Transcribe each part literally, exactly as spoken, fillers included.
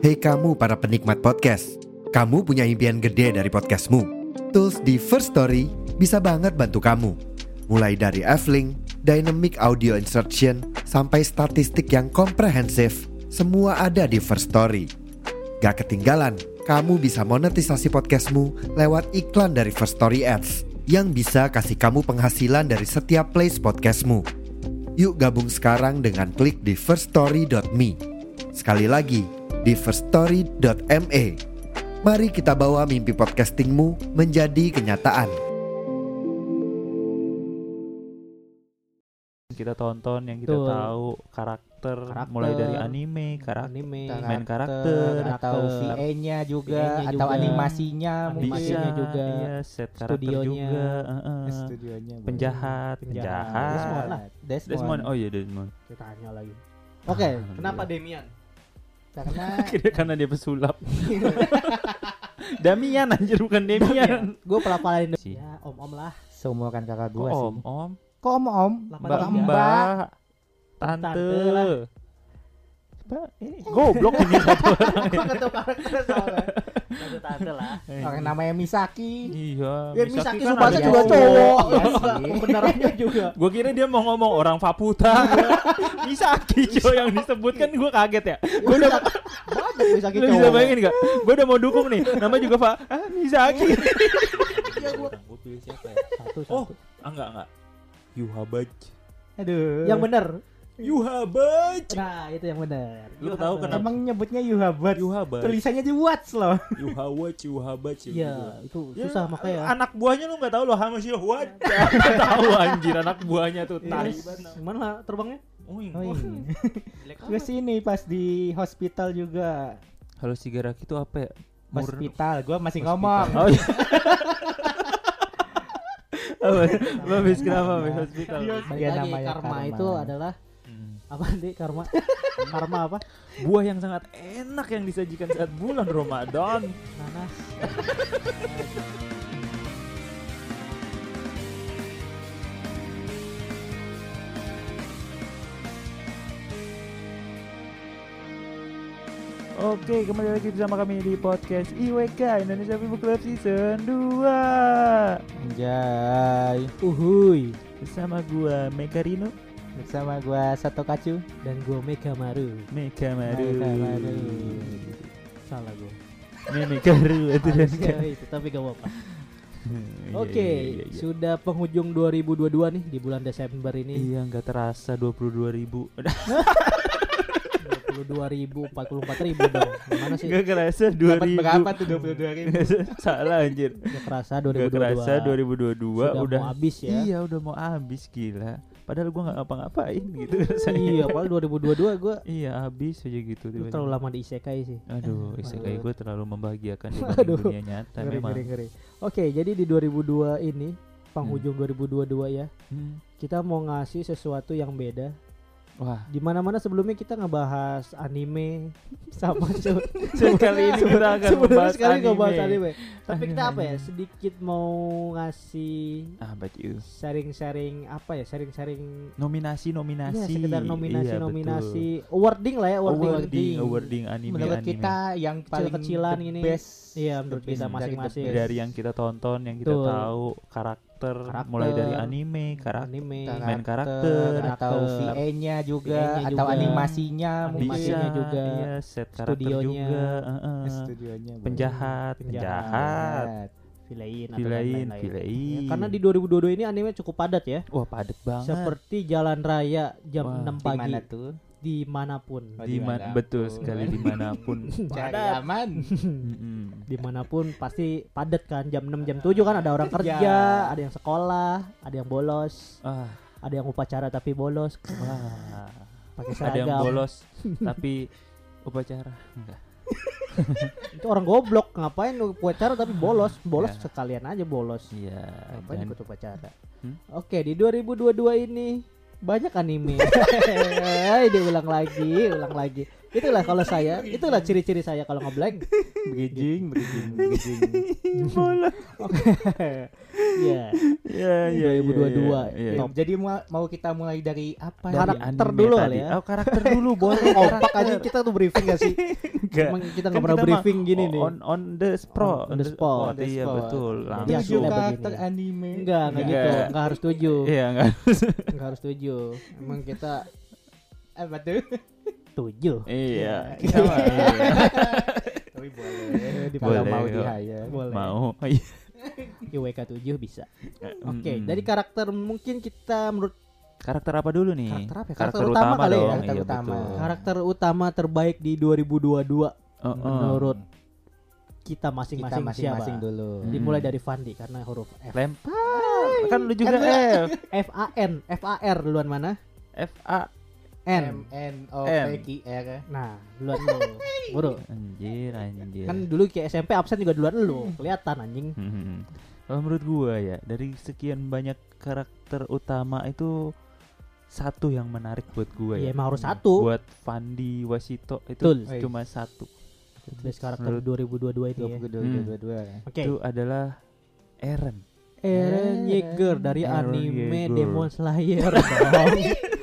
Hei kamu para penikmat podcast, kamu punya impian gede dari podcastmu? Tools di First Story bisa banget bantu kamu. Mulai dari F-Link, Dynamic Audio Insertion, sampai statistik yang komprehensif, semua ada di First Story. Gak ketinggalan, kamu bisa monetisasi podcastmu lewat iklan dari First Story Ads yang bisa kasih kamu penghasilan dari setiap plays podcastmu. Yuk gabung sekarang dengan klik di first story dot me. Sekali lagi, di first story dot me. Mari kita bawa mimpi podcastingmu menjadi kenyataan. Kita tonton, yang kita Betul. tahu karakter, Karakter, mulai dari anime, karakter, anime, main karakter, atau V A-nya juga, V A-nya atau juga. animasinya, Animasinya bisa juga, iya, set karakter studionya, juga, uh-uh. studionya, penjahat, Penjahat. penjahat, Desmond lah. Desmond. Desmond, oh iya Desmond. Kita tanya lagi. Oke, Ah, kenapa iya. Demian? Karena Kira karena dia pesulap. Damian anjir, bukan Demian. Gue pelapalin Si. ya om-om lah. seumuran kakak Kok gua om, sih. om, Kok om om? Delapan mbak, tiga. mbak, Tante tante lah. Mbak, ini goblok ini satu orang. Gua ketemu karakter soalnya. Tante-tante lah. Orang namanya Misaki. Iya, Ya Misaki kan Subasa ada juga cowok. Iya Iya sih. Kebenarannya juga. Gue kira dia mau ngomong orang Faputa. Misaki coy yang disebut, kan gue kaget ya. Gue udah Banyak Misaki lu bisa bayangin gak? Gue udah mau dukung nih. Nama juga Pak ah, Misaki. Iya gua. Gue pilih siapa ya? Satu Oh, satu. ah, enggak enggak. Yuhabaj. Aduh. Yang benar. Yuhabaj. Nah, itu yang benar. Lu tahu kenapa? Emang nyebutnya Yuhabat. Yuhabaj. Tulisannya di Watts loh. Yuhawaj, Yuhabaj. Iya, itu Ya, susah makanya. anak buahnya lu nggak tahu lo Hamas Yuhawaj. Nggak tahu anjir anak buahnya tuh Iya. tai banget. Gimana terbangnya? Oh, iya. Oh iya. Gue sini pas di hospital juga. Halo Sigaraki itu apa ya? Mur- Hospital, gue masih Hospital. ngomong. Oh iya. Apa? Habis kenapa habis hospital? Balik Iya, lagi, namanya karma, karma. itu adalah Hmm. apa nih karma? Karma apa? Buah yang sangat enak yang disajikan saat bulan Ramadan. Nanas. Oke, kembali lagi bersama kami di podcast I W K Indonesia Book Club Season dua. Anjay. Uhuy. Bersama gua Mekarino, Bersama gue Sato Kacu. Dan gue Mega Maru. Meka Maru. Meka Maru. Salah gue. Meme Karu itu dan Harusnya itu tapi gak apa-apa. Iya, Oke, iya, iya, iya. sudah penghujung dua ribu dua puluh dua nih di bulan Desember ini. Iya, nggak terasa dua puluh dua ribu. dua puluh dua ribu, empat puluh empat ribu dong. Gimana sih? Nggak kerasa dua Dapat ribu. berapa tuh dua puluh dua ribu? Salah anjir. Gak kerasa dua Nggak ribu dua puluh dua. kerasa dua ribu dua puluh dua Sudah udah mau habis ya. Iya, udah mau habis gila. Padahal gua nggak ngapa-ngapain gitu rasanya. Iya, padahal dua ribu dua puluh dua gue Iya, habis aja gitu terlalu tiba-tiba. lama di isekai sih. Aduh, isekai Aduh. gue terlalu membahagiakan Aduh. dibanding dunia nyata Ngeri, memang. ngeri, ngeri. Oke, jadi di dua ribu dua ini penghujung dua ribu dua puluh dua ya. Hmm. Kita mau ngasih sesuatu yang beda. Wah, Di mana-mana sebelumnya kita ngebahas anime sama se- sekali ini kita akan sebenarnya membahas sekali anime. ngebahas anime. Tapi kita apa ya? Sedikit mau ngasih Ah, but you. sharing-sharing apa ya? Sharing-sharing Nominasi-nominasi. ya sekedar Iya, nominasi-nominasi awarding lah ya, betul. awarding. Awarding, awarding anime Menurut anime. kita yang paling Kecil-kecilan the ini. best. Iya, menurut the kita best masing-masing. dari the Dari yang kita tonton, yang kita Betul. tahu karakter, Karakter. mulai dari anime, karakter, Anime. best. main karakter, atau V karakter. A-nya juga, V A-nya atau juga. animasinya mungkin. Animasinya juga. iya, set karakter Studionya. juga, uh-uh. Studionya penjahat, penjahat, Villain atau villain, lain-lain. villain. Ya, karena di dua ribu dua puluh dua ini anime cukup padat ya. Wah, padet banget. Seperti Jalan Raya jam Wah, enam Di pagi mana tuh? dimanapun. Oh, di man- dimanapun. betul sekali dimanapun. Cari Padat. aman. Mm-mm. Dimanapun pasti padat kan, jam enam jam tujuh kan ada orang kerja, Ya. ada yang sekolah, ada yang bolos, Ah, ada yang upacara tapi bolos, wah. pakai Ada yang seragam. bolos tapi upacara enggak. Itu orang goblok, ngapain upacara tapi bolos? Bolos Ya. sekalian aja bolos. Iya, Ngapain jangan- ikut upacara? Hmm? Oke, di dua ribu dua puluh dua ini banyak anime. Eh, diulang lagi, ulang lagi. Itulah kalau saya, itulah ciri-ciri saya kalau ngeblank. Bridging, bridging, bridging. Oke. Iya. Ya, ya, dua ribu dua puluh dua. ya, ya. Top. Jadi mau, mau kita mulai dari apa? Dari karakter anime dulu tadi. kali ya. Oh, karakter dulu boleh. Kompak aja kita tuh briefing gak sih? Enggak. Emang kita Kan nggak pernah kita briefing mah gini nih. on on the spot. On the spot. Oh, iya spot. betul. Jadi Langsung. hasilnya Tujuh begini. karakter anime. Enggak, enggak gitu. Enggak. Enggak harus tujuh. Iya enggak. Enggak harus tujuh. Emang kita Apa tuh? tujuh. Iya. Iya. Kita mah. Tapi boleh. Di- Kalau Boleh, mau kok. di hire. Boleh. Mau. Iya. I W K tujuh bisa. Oke, Mm-mm. dari karakter mungkin kita menurut karakter apa dulu nih? Karakter apa ya? Karakter utama kali ya? dong. Karakter Iya, utama. betul. karakter utama terbaik di dua ribu dua puluh dua Oh, oh. menurut kita Kita masing-masing, masing-masing siapa? dulu. Hmm. Dimulai dari Fandi karena huruf F. Lempar. Kan lu juga Kan F. F A N, F A R duluan mana? F A. N. M N O M. P Q R. Nah, duluan lu. Bro, Anjir, anjir. kan dulu kayak S M P absen juga duluan lu. Kelihatan anjing. Hmm. Kalau menurut gua ya, dari sekian banyak karakter utama itu satu yang menarik buat gua Ya ya. emang harus satu. Buat Fandi Wasito itu Betul. cuma satu. Best karakter Menurut- dua ribu dua puluh dua itu ya. Hmm. dua. Oke. Itu adalah Eren. Eren Yeager dari Eren anime Yeager. Demon Slayer dong.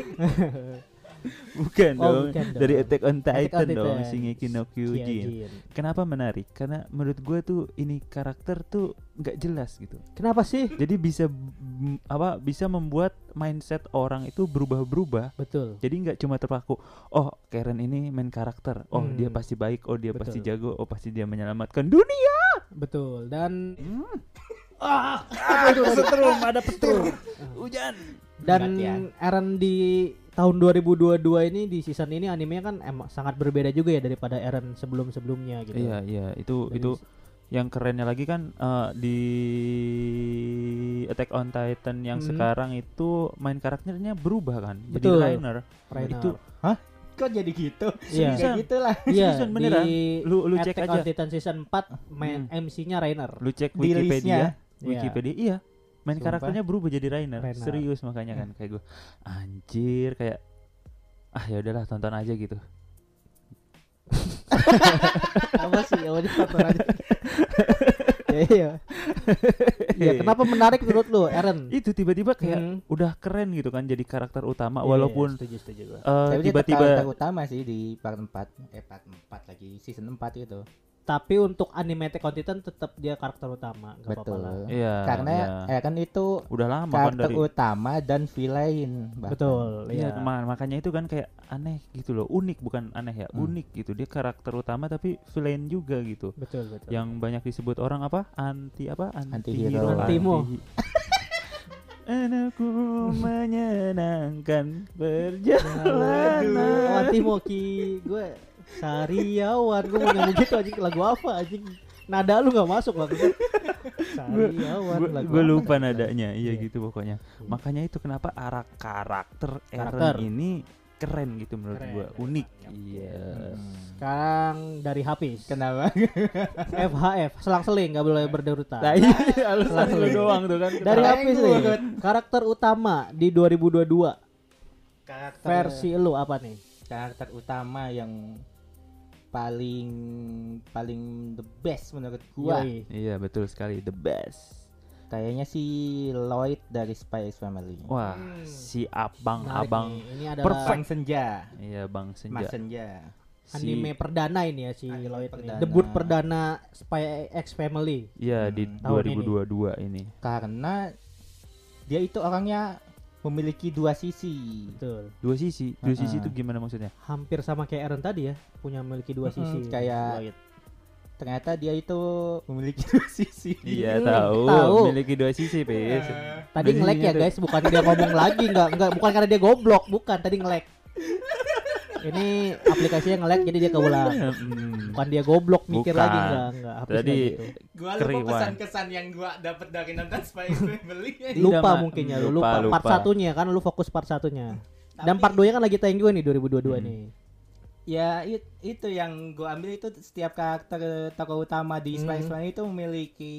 Bukan Oh, dong. bukan dong. Dari Attack on Titan, Attack on dong, Titan. Shingeki no Kyojin. Kyojin. Kenapa menarik? Karena menurut gue tuh ini karakter tuh nggak jelas gitu. Kenapa sih? Jadi bisa m- apa? Bisa membuat mindset orang itu berubah-berubah. Betul. Jadi nggak cuma terpaku. Oh, Karen ini main karakter. Oh, Hmm. dia pasti baik. Oh, dia Betul. pasti jago. Oh, pasti dia menyelamatkan dunia. Betul. Dan Ah, ada setrum, ada petir. Hujan. dan Berat ya. Eren di tahun dua ribu dua puluh dua ini di season ini animenya kan emang sangat berbeda juga ya daripada Eren sebelum-sebelumnya gitu. Iya, iya, itu Dari itu s- yang kerennya lagi kan eh, di Attack on Titan yang Hmm. sekarang itu main karakternya berubah kan, Betul. jadi Rainer. Rainer. Itu Kok jadi gitu? Iya. Kayak gitulah. Iya, seriusan beneran. di Lu lu cek Attack aja. on Titan season empat main Hmm. M C-nya Rainer. Lu cek Di Wikipedia, listnya. Wikipedia iya. Main Sumpah. karakternya berubah jadi Rainer. Rainer. Serius makanya kan kayak gue anjir kayak ah ya udahlah tonton aja gitu. Apa sih? Ya udah tonton aja. Ya, iya. Ya, kenapa menarik menurut lu Eren? Itu tiba-tiba kayak Hmm. udah keren gitu kan jadi karakter utama Iya, walaupun setuju setuju gua. eh, Tapi dia tiba-tiba karakter utama sih di part empat. Eh part empat lagi season empat itu. Tapi untuk anime Attack on Titan tetap dia karakter utama, enggak apa-apa Betul. lah. Iya, Karena iya. Eren itu udah lama kan karakter dari utama dan villain bahkan. Betul, Iya, iya. ma- makanya itu kan kayak aneh gitu loh, unik bukan aneh ya, Hmm. unik gitu. Dia karakter utama tapi villain juga gitu. Betul, betul. Yang banyak disebut orang apa? Anti apa? Antihero. Antimo. anti- Anakku menyenangkan perjalanan. Oh, Antimoki gue Sariawan, gue mau nyanyi gitu anjing, lagu apa anjing? Nada lu gak masuk lagu gue. Sariawan lagu Gue apa? lupa nadanya, iya Iya. gitu pokoknya. Makanya itu kenapa arah karakter Karakter. Eren ini keren gitu menurut Keren, gue, keren. unik. Oke. Iya. Hmm. Sekarang dari Hafiz. Kenapa? F H F, selang-seling gak boleh berderutan. Nah, iya, alasan lu Selang-seling. doang tuh kan. Dari Kenapa? Hafiz nih, karakter utama di dua ribu dua puluh dua Karakter versi lu apa nih? karakter utama yang paling paling the best menurut gua. Yoi. Iya betul sekali, the best. Kayaknya si Lloyd dari Spy X Family. Wah, Hmm. si Menarik abang-abang, nih. Ini adalah perfect. Bang Senja. iya Bang Mas Senja. Senja. Si- anime perdana ini ya si Anime Lloyd nih. perdana. Debut perdana Spy X Family. Iya di Hmm. Tahun dua ribu dua puluh dua ini. Karena dia itu orangnya memiliki dua sisi. Betul. Dua sisi, dua sisi Uh-uh. itu gimana maksudnya? Hampir sama kayak Eren tadi ya, punya memiliki dua Mm-mm, sisi. kayak- Lloyd. Ternyata dia itu memiliki dua sisi. Iya Hmm, tahu, tahu. memiliki dua sisi, Pis. Tadi nge-lag ya Biasanya guys, bukan dia ngomong lagi, enggak enggak bukan karena dia goblok, bukan tadi nge-lag. Ini aplikasinya nge-lag jadi dia keulang. Hmm. Bukan dia goblok mikir Bukan. lagi enggak enggak Hafiz Tadi nggak gitu. Gua lupa Keriwan. pesan-kesan yang gua dapat dari nonton Spy X Family. Tidak, Lupa Mak. mungkin ya, lu Lupa, lupa, part lupa. satunya kan lu fokus part satunya. Dan Tapi- part dua nya kan lagi tayang juga nih dua ribu dua puluh dua Hmm. nih. Ya it- itu yang gua ambil itu setiap karakter tokoh utama di Spy X Hmm. Family itu memiliki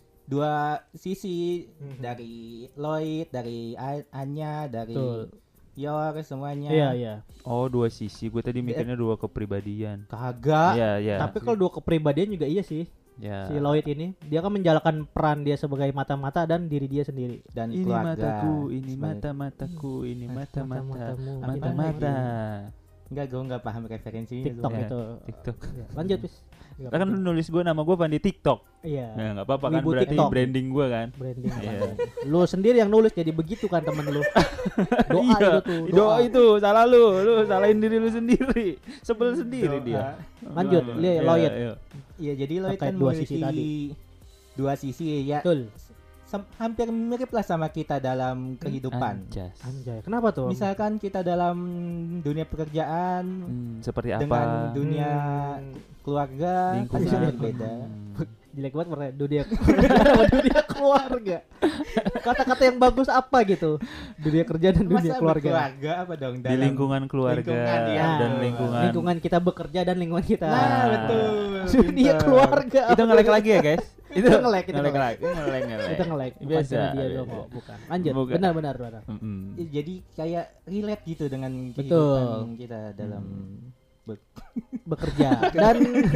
dua sisi Hmm. dari Lloyd, dari A- Anya, dari Betul. Yor semuanya. Iya iya. Oh, dua sisi. Gue tadi mikirnya dua kepribadian. Kagak. Iya, iya. Tapi kalau dua kepribadian juga iya sih. Ya. Si Lloyd ini dia kan menjalankan peran dia sebagai mata-mata dan diri dia sendiri. Dan Ini keluarga. mataku, ini Sebagai- mata-mataku, ini mata-mata, Mata-matamu. mata-mata. Enggak, gue enggak paham referensinya. TikTok gua. Ya. itu. TikTok. Ya, lanjut bis. Nggak Kan lu penting. nulis gue nama gue Pandi TikTok. Iya. Ya nggak apa-apa kan, Wibu berarti TikTok. branding gue kan. Branding. Iya. Lu sendiri yang nulis jadi begitu kan temen lu. Doa Iya, itu tuh. doa itu salah lu, lu salahin diri lu sendiri, sebel sendiri Doa. dia. Lanjut, Li- Iya, Lloyd. iya. Iya, jadi Lloyd Terkait kan dua memiliki sisi tadi. dua sisi ya. Betul. Sem- hampir mirip lah sama kita dalam kehidupan. Anjas. Anjay, kenapa tuh? Misalkan kita dalam dunia pekerjaan Hmm, seperti apa? dengan dunia Hmm. keluarga kan Lingkungan. sangat berbeda. Hmm. Jelek banget warna dunia sama dunia keluarga. Kata-kata yang bagus apa gitu? Dunia kerja dan dunia Masa keluarga. berkeluarga apa dong? Di lingkungan keluarga lingkungan, iya. dan Nah, lingkungan. lingkungan kita bekerja dan lingkungan kita. Nah, betul. Dunia Pintar. keluarga. Itu ngelek lagi ya guys? Itu ngelek, itu ngelek ngelek. lagi, ngelek ngelek. Kita nge-like. Bukan Biasa. cuma dia biasa. doang kok, bukan. Lanjut. Bukan. Benar benar benar. Mm-mm. Jadi kayak relate gitu dengan Betul. kehidupan kita dalam Bekerja dan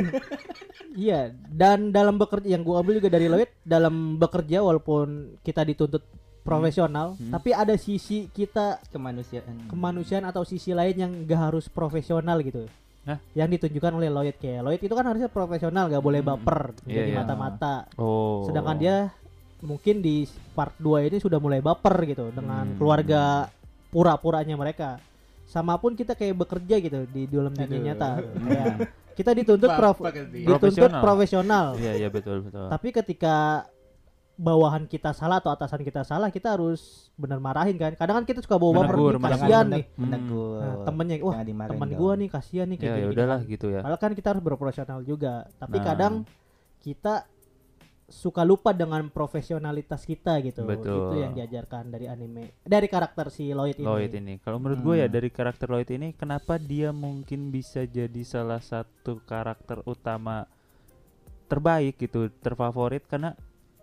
iya, dan dalam bekerja yang gua ambil juga dari Lloyd, dalam bekerja walaupun kita dituntut profesional, Hmm. tapi ada sisi kita kemanusiaan. kemanusiaan atau sisi lain yang gak harus profesional gitu. Hah? Yang ditunjukkan oleh Lloyd, kayak Lloyd itu kan harusnya profesional, gak boleh Hmm. baper Iya, jadi iya. mata-mata. Oh. Sedangkan dia mungkin di part dua ini sudah mulai baper gitu dengan Hmm. keluarga pura-puranya mereka. Sama pun kita kayak bekerja gitu di dalam dunia Aduh. nyata. Kayak kita dituntut prof- Baper dia. dituntut Profesional. profesional. Iya, iya betul betul. Tapi ketika bawahan kita salah atau atasan kita salah, kita harus benar marahin kan. Kadang kan kita suka bawa baper Menegur, nih, menegur. kasihan nih. Menegur. Nah, temennya, wah Jangan dimarahin teman dong. gua nih kasihan nih kayak Ya, ya gini. udahlah gitu ya. Padahal kan kita harus berprofesional juga. Tapi Nah. kadang kita suka lupa dengan profesionalitas kita gitu. Betul. Itu yang diajarkan dari anime, dari karakter si Lloyd ini. Lloyd ini. Kalau menurut gue ya Hmm. dari karakter Lloyd ini, kenapa dia mungkin bisa jadi salah satu karakter utama terbaik gitu, terfavorit karena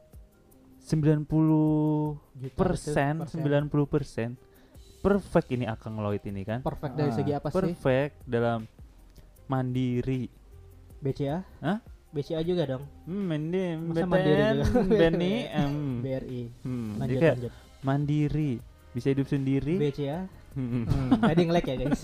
sembilan puluh Juta persen, itu, sembilan puluh persen perfect ini Akang Lloyd ini kan. perfect dari Ah, segi apa sih? Perfect dalam mandiri. B C A? Hah? B C A juga dong. Hmm, ini Masa mandiri juga? Benny, em, B R I. hmm, Lanjut dia kayak lanjut. mandiri, bisa hidup sendiri. B C A. Hmm, Hmm, tadi nge-lag ya guys.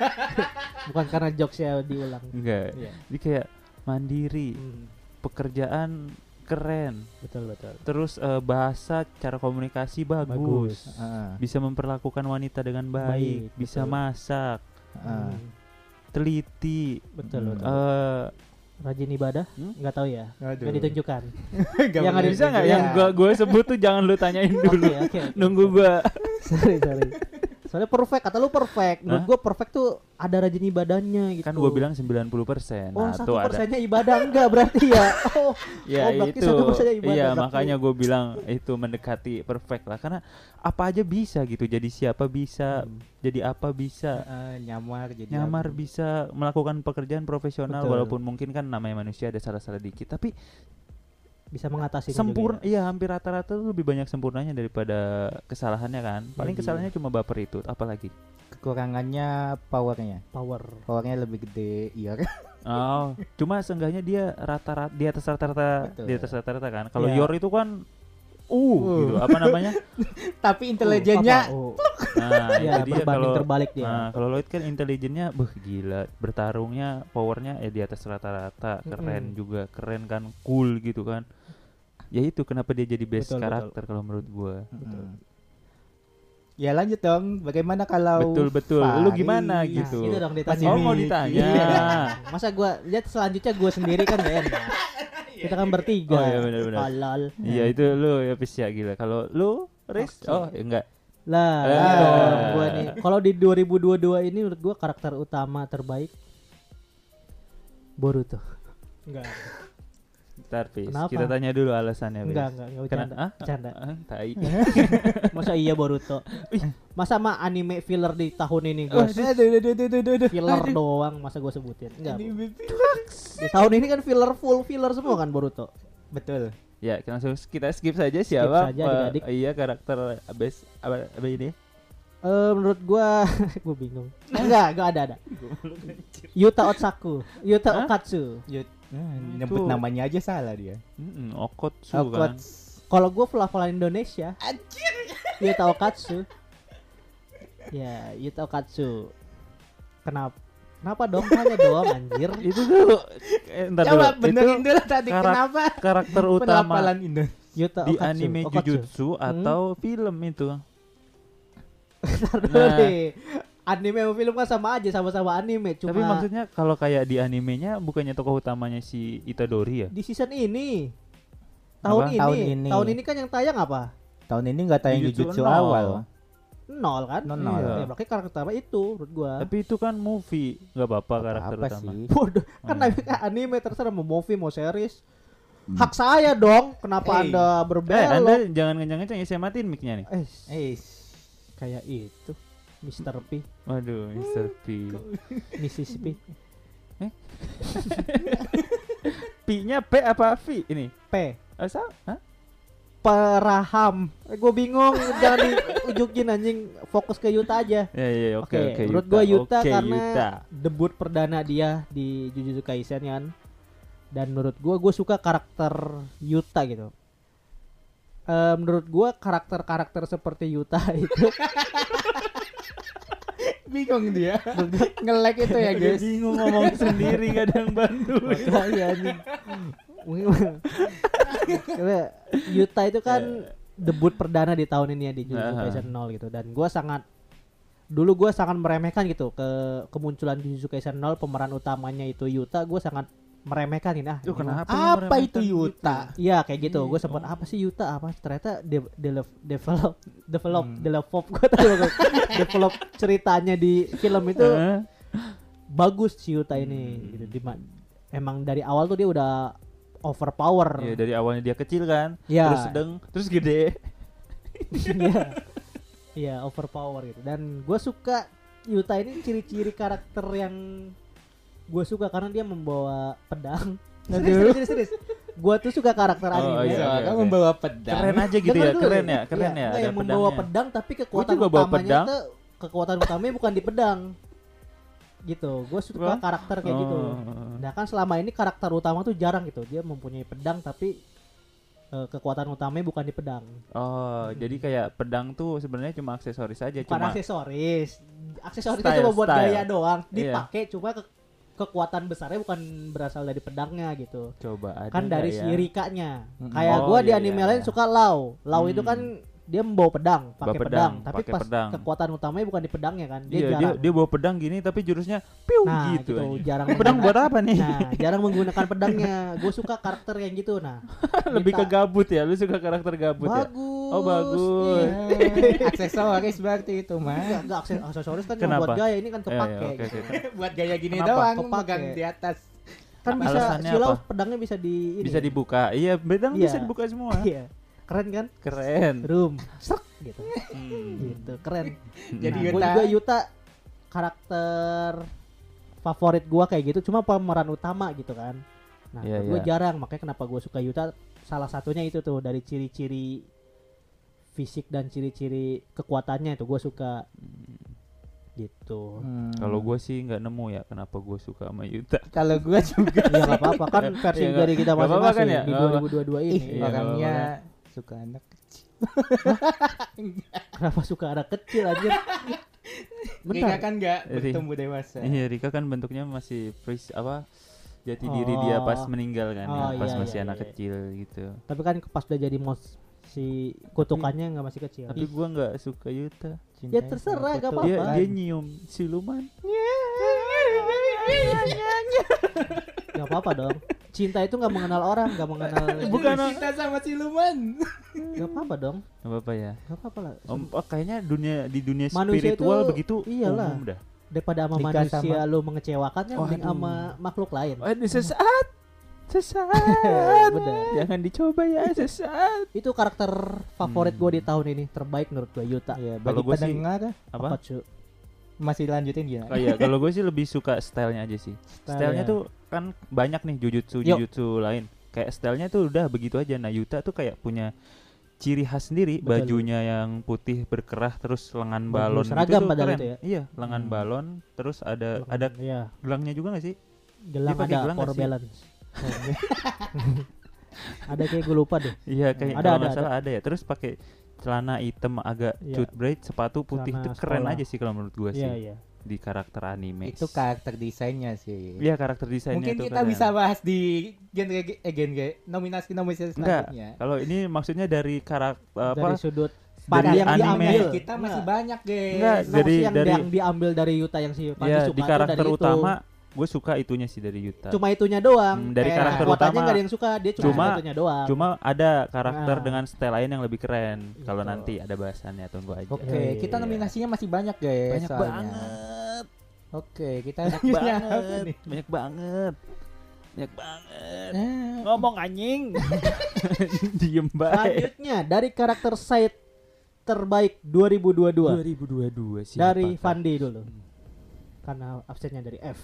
Bukan karena jokesnya diulang. enggak. Iya. Dia kayak mandiri, Hmm, pekerjaan keren, betul betul. terus eh, bahasa, cara komunikasi bagus, Bagus. Ah, bisa memperlakukan wanita dengan baik, Baik, bisa betul. masak, ah. Hmm, teliti, betul Hmm. betul. eh Rajin ibadah? Hmm? Nggak tahu ya. Aduh. Nggak ditunjukkan. Nggak Yang boleh ada bisa nggak juga. yang gua gua sebut tuh jangan lu tanyain dulu, Oke, oke, oke. nunggu gua. sorry sorry. Soalnya perfect, kata lu perfect. Menurut Hah? gua perfect tuh ada rajin ibadahnya gitu. Kan gua bilang sembilan puluh persen. Oh, Nah, satu tuh ada. persennya ibadah enggak berarti ya? Oh, Ya oh, berarti itu, satu persennya ibadah. iya berarti. makanya gue bilang itu mendekati perfect lah, karena apa aja bisa gitu, jadi siapa bisa, Hmm. jadi apa bisa, Ah, nyamar jadi nyamar apa? bisa, melakukan pekerjaan profesional. Betul. Walaupun mungkin kan namanya manusia ada salah-salah dikit, tapi bisa mengatasi sempurna, juga ya. iya hampir rata-rata tuh lebih banyak sempurnanya daripada kesalahannya kan. Paling Jadi- kesalahannya cuma baper itu, apalagi. Kekurangannya powernya. Power. Powernya lebih gede, iya. Oh, cuma seenggaknya dia rata-rata di atas rata-rata, Betul. di atas rata-rata kan. Kalau Iya. Yor itu kan uh, gitu, apa namanya? Tapi intelijennya Apa? Oh, Nah, ya, itu dia berbanding kalau terbalik dia. Nah, kalau Lloyd kan intelijennya, beh gila, bertarungnya, powernya ya di atas rata-rata, keren Mm-mm. juga, keren kan, cool gitu kan. Ya itu kenapa dia jadi best Betul, karakter kalau menurut gua. Mm. Ya lanjut dong. Bagaimana kalau Betul betul. Lu gimana Faris? gitu? Gitu dong ditanya. Oh mau ditanya. Iya. Masa gua lihat selanjutnya gua sendiri kan gak enak. Kita kan bertiga. Oh, iya, benar-benar. Halal. Iya itu lu ya pis ya gila. Kalau lu Riz, Oke. oh ya enggak. Lah, Eh. ini dong gua nih. Kalau di dua ribu dua puluh dua ini menurut gua karakter utama terbaik Boruto. Enggak. Ntar Pis, Kenapa? kita tanya dulu alasannya Pis. Enggak, enggak, enggak bercanda. Kena- ah? Bercanda. Ah, tai. Masa iya Boruto? Masa mah anime filler di tahun ini Oh, gua Aduh, aduh, aduh, aduh, aduh, aduh. filler doang masa gua sebutin. Enggak. Ini Di tahun ini kan filler full filler semua kan Boruto. betul. Ya, kita langsung kita skip saja siapa saja, eh, adik-adik. iya karakter abis apa, apa ini? Eh, menurut gua gua bingung. Enggak, gua ada ada. Yuta Otsaku, Yuta Hah? Okatsu. Yut, nah, nyebut Itu- namanya aja salah dia. Mm-mm, Okotsu Okot. kan. Kalau gua pelafalan Indonesia, Anjir. Yuta Okatsu. Ya, Yuta Okatsu. Kenapa? Kenapa dong? Hanya doang anjir. Itu tuh eh, ntar Coba dulu. benerin Itu dulu tadi karak- kenapa karakter utama pelafalan Indo. Yuta di Okatsu. anime Okatsu. Jujutsu atau film itu. Ntar dulu Nah. deh. Anime sama film kan sama aja, sama-sama anime. Cuma Tapi maksudnya kalau kayak di animenya bukannya tokoh utamanya si Itadori ya? di season ini, tahun Apa? ini, Tahun ini. tahun ini kan yang tayang apa? Tahun ini enggak tayang Jujutsu Jujutsu nol. awal. Nol kan? Nol. Iya. Ya, berarti karakter utama itu menurut gua. Tapi itu kan movie, nggak apa-apa karakter Apa utama. sih? Bodoh, kan Hmm. anime, anime terserah mau movie mau series. Hak saya dong. Kenapa Hey. Anda Eh, berbelok? Anda jangan ngencang-ngencang ya, saya matiin mic-nya nih. Eh, Eh, kayak itu. mister P, Waduh, mister P. missis P, P-nya P apa V ini? P. Asal? Hah? Peraham. Eh, gue bingung, jangan diujukin anjing. Fokus ke Yuta aja. Ya ya oke Oke, oke. menurut gua Yuta Oke, karena Yuta. debut perdana dia di Jujutsu Kaisen kan. Dan menurut gua gue suka karakter Yuta gitu. Eh, menurut gua karakter-karakter seperti Yuta itu bingung dia. Nge-lag itu ya, guys. Bingung ngomong sendiri kadang bantu. makanya anjing. Karena Yuta itu kan debut perdana di tahun ini ya di Jujutsu Aha. Kaisen nol gitu, dan gua sangat dulu gua sangat meremehkan gitu ke kemunculan Jujutsu Kaisen nol, pemeran utamanya itu Yuta, gua sangat meremehkan ini ah. Tuh ini mah- kenapa? lu Apa meremehkan itu Yuta? Iya kayak gitu, gue Iya, sempat oh. apa sih Yuta apa ternyata de- de- develop develop Hmm. develop gue tahu develop ceritanya di film itu Hah? bagus si Yuta ini Hmm. gitu. Dima- emang dari awal tuh dia udah overpower. Iya, dari awalnya dia kecil kan, Iya. terus sedang, terus gede. Iya. Iya, overpower gitu. Dan gue suka Yuta ini ciri-ciri karakter yang gue suka karena dia membawa pedang. Serius, serius, serius. Gue tuh suka karakter Oh, anime. iya. Seorang oke. membawa pedang. Keren aja gitu Dengar ya, dulu keren deh. ya, keren Iya, ya. enggak, Ada yang membawa pedangnya. pedang tapi kekuatan juga bawa utamanya pedang. itu kekuatan utamanya bukan di pedang. Gitu. Gue suka Wah. karakter kayak gitu. Oh. Nah kan selama ini karakter utama tuh jarang gitu. Dia mempunyai pedang tapi eh, kekuatan utamanya bukan di pedang. Oh, jadi kayak pedang tuh sebenarnya cuma aksesoris aja, Bukan cuma aksesoris. Aksesoris Style, cuma buat style. gaya doang. Iya. Dipakai cuma ke- kekuatan besarnya bukan berasal dari pedangnya gitu. coba ada Kan dari nggak si ya? Rikanya. Mm-mm. Kayak Oh, gua di iya, anime iya, lain iya. suka Lau. Lau itu Hmm. kan dia membawa pedang, Bawa pakai pedang, pedang, tapi pakai pas pedang. kekuatan utamanya bukan di pedangnya kan. Dia Iya, dia jarang. dia bawa pedang gini tapi jurusnya piu nah, gitu. gitu, aja. jarang Ini pedang buat menggunakan- apa nih? Nah, jarang menggunakan pedangnya. Gue suka karakter yang gitu. Nah, Lebih ke minta- gabut ya, lu suka karakter gabut ya? bagus. Oh, bagus. Iya. Eh, aksesoris berarti itu Enggak, mah. enggak akses- aksesoris kan cuma Kenapa? buat gaya, ini kan Iya, iya, kepake. oke, gitu. oke. Buat gaya gini Kenapa? doang Kepake. megang di atas. Kan bisa Alasannya silau apa? pedangnya bisa di ini. Bisa dibuka. Iya, pedang Iya. bisa dibuka semua. Iya. Keren kan? Keren. Room. Sek gitu. Hmm. Gitu, keren. Jadi Nah, Yuta. gua juga Yuta karakter favorit gua kayak gitu, cuma pemeran utama gitu kan. Nah, Iya, gue iya. jarang, makanya kenapa gue suka Yuta, salah satunya itu tuh dari ciri-ciri fisik dan ciri-ciri kekuatannya itu gue suka. Gitu. Hmm. Kalau gue sih nggak nemu ya kenapa gue suka sama Yuta. kalau gua juga Ya nggak apa-apa kan versi Iya, nggak- dari kita nggak apa-apa masing-masing kan ya? di Nggak dua apa-apa. ribu dua puluh dua ih, ini. Iya, orangnya nggak suka anak kecil. Kenapa suka anak kecil anjir? Rika Bentar. kan enggak Jadi- bertumbuh dewasa. Iya, Rika kan bentuknya masih pris apa? Jati diri dia pas Oh. meninggal kan, Oh, ya, pas iya, masih iya, anak iya. kecil gitu. Tapi kan pas udah jadi mos si kutukannya nggak masih kecil. Tapi gue nggak suka Yuta. Ya terserah, gak Betul. Dia apa-apa. dia nyium siluman. Gak apa-apa dong. Cinta itu nggak mengenal orang, nggak mengenal. Bukan, cinta sama siluman. Gak apa-apa dong. Apa apa ya? Gak apa-apa lah. Om, oh, kayaknya dunia di dunia Manusia spiritual itu- begitu iyalah. umum dah. Daripada sama Nikah manusia sama- lu mengecewakan kan, Oh, mending aduh. sama makhluk lain. Oh, ini sesaat, sesaat. Bener. Jangan dicoba ya sesaat. Itu karakter favorit Hmm. gue di tahun ini, terbaik menurut gue Yuta. Iya, Kalau bagi gua sih- pendengar Apa? Okatsu. masih lanjutin gimana? Oh iya, kalau gue sih lebih suka stylenya aja sih. Stylenya ya. tuh kan banyak nih jujutsu Yuk. jujutsu lain. Kayak stylenya tuh udah begitu aja. Nah Yuta tuh kayak punya ciri khas sendiri. Betul. Bajunya yang putih berkerah terus lengan Baju balon seragam gitu tuh padahal keren. itu ya. Iya, lengan Hmm. balon terus ada ada ya gelangnya juga gak sih? gelang Dia pakai ada gelang power nggak sih? balance. Ada kayak gue lupa deh. Iya kayak Ada, kalau ada, nggak salah ada ya. Terus pakai celana hitam agak Iya. cut braid, sepatu putih Celana itu keren sekolah. aja sih kalau menurut gua sih Iya iya. di karakter anime. Itu karakter desainnya sih. Iya karakter desainnya Mungkin tuh kita keren. bisa bahas di genre eh, genre nominasi nominasi Enggak. selanjutnya. Kalau ini maksudnya dari karakter apa? Dari sudut dari pandang yang anime. diambil. Kita masih Enggak. banyak, guys. Enggak, Nah, dari maksud yang, dari yang diambil dari Yuta yang si Pandi ya suka di tuh karakter dari itu. utama gue suka itunya sih dari Yuta. Cuma itunya doang. Hmm, dari Kayak karakter kekuatannya utama. nggak ada yang suka, dia cuma, Cuma- suka itunya doang. Cuma ada karakter Nah. dengan style lain yang lebih keren. Kalau Gitu. nanti ada bahasannya tunggu aja. Oke, Iya, kita iya. nominasinya masih banyak, guys. Banyak soalnya. banget. Oke, kita Banyak selanjutnya apa banget. nih? Banyak banget. Banyak banget. Eh, Ngomong anjing. Diem baik. Selanjutnya dari karakter side terbaik dua ribu dua puluh dua dua ribu dua puluh dua siapa? dari Kak? Fandi dulu. Karena absennya dari F.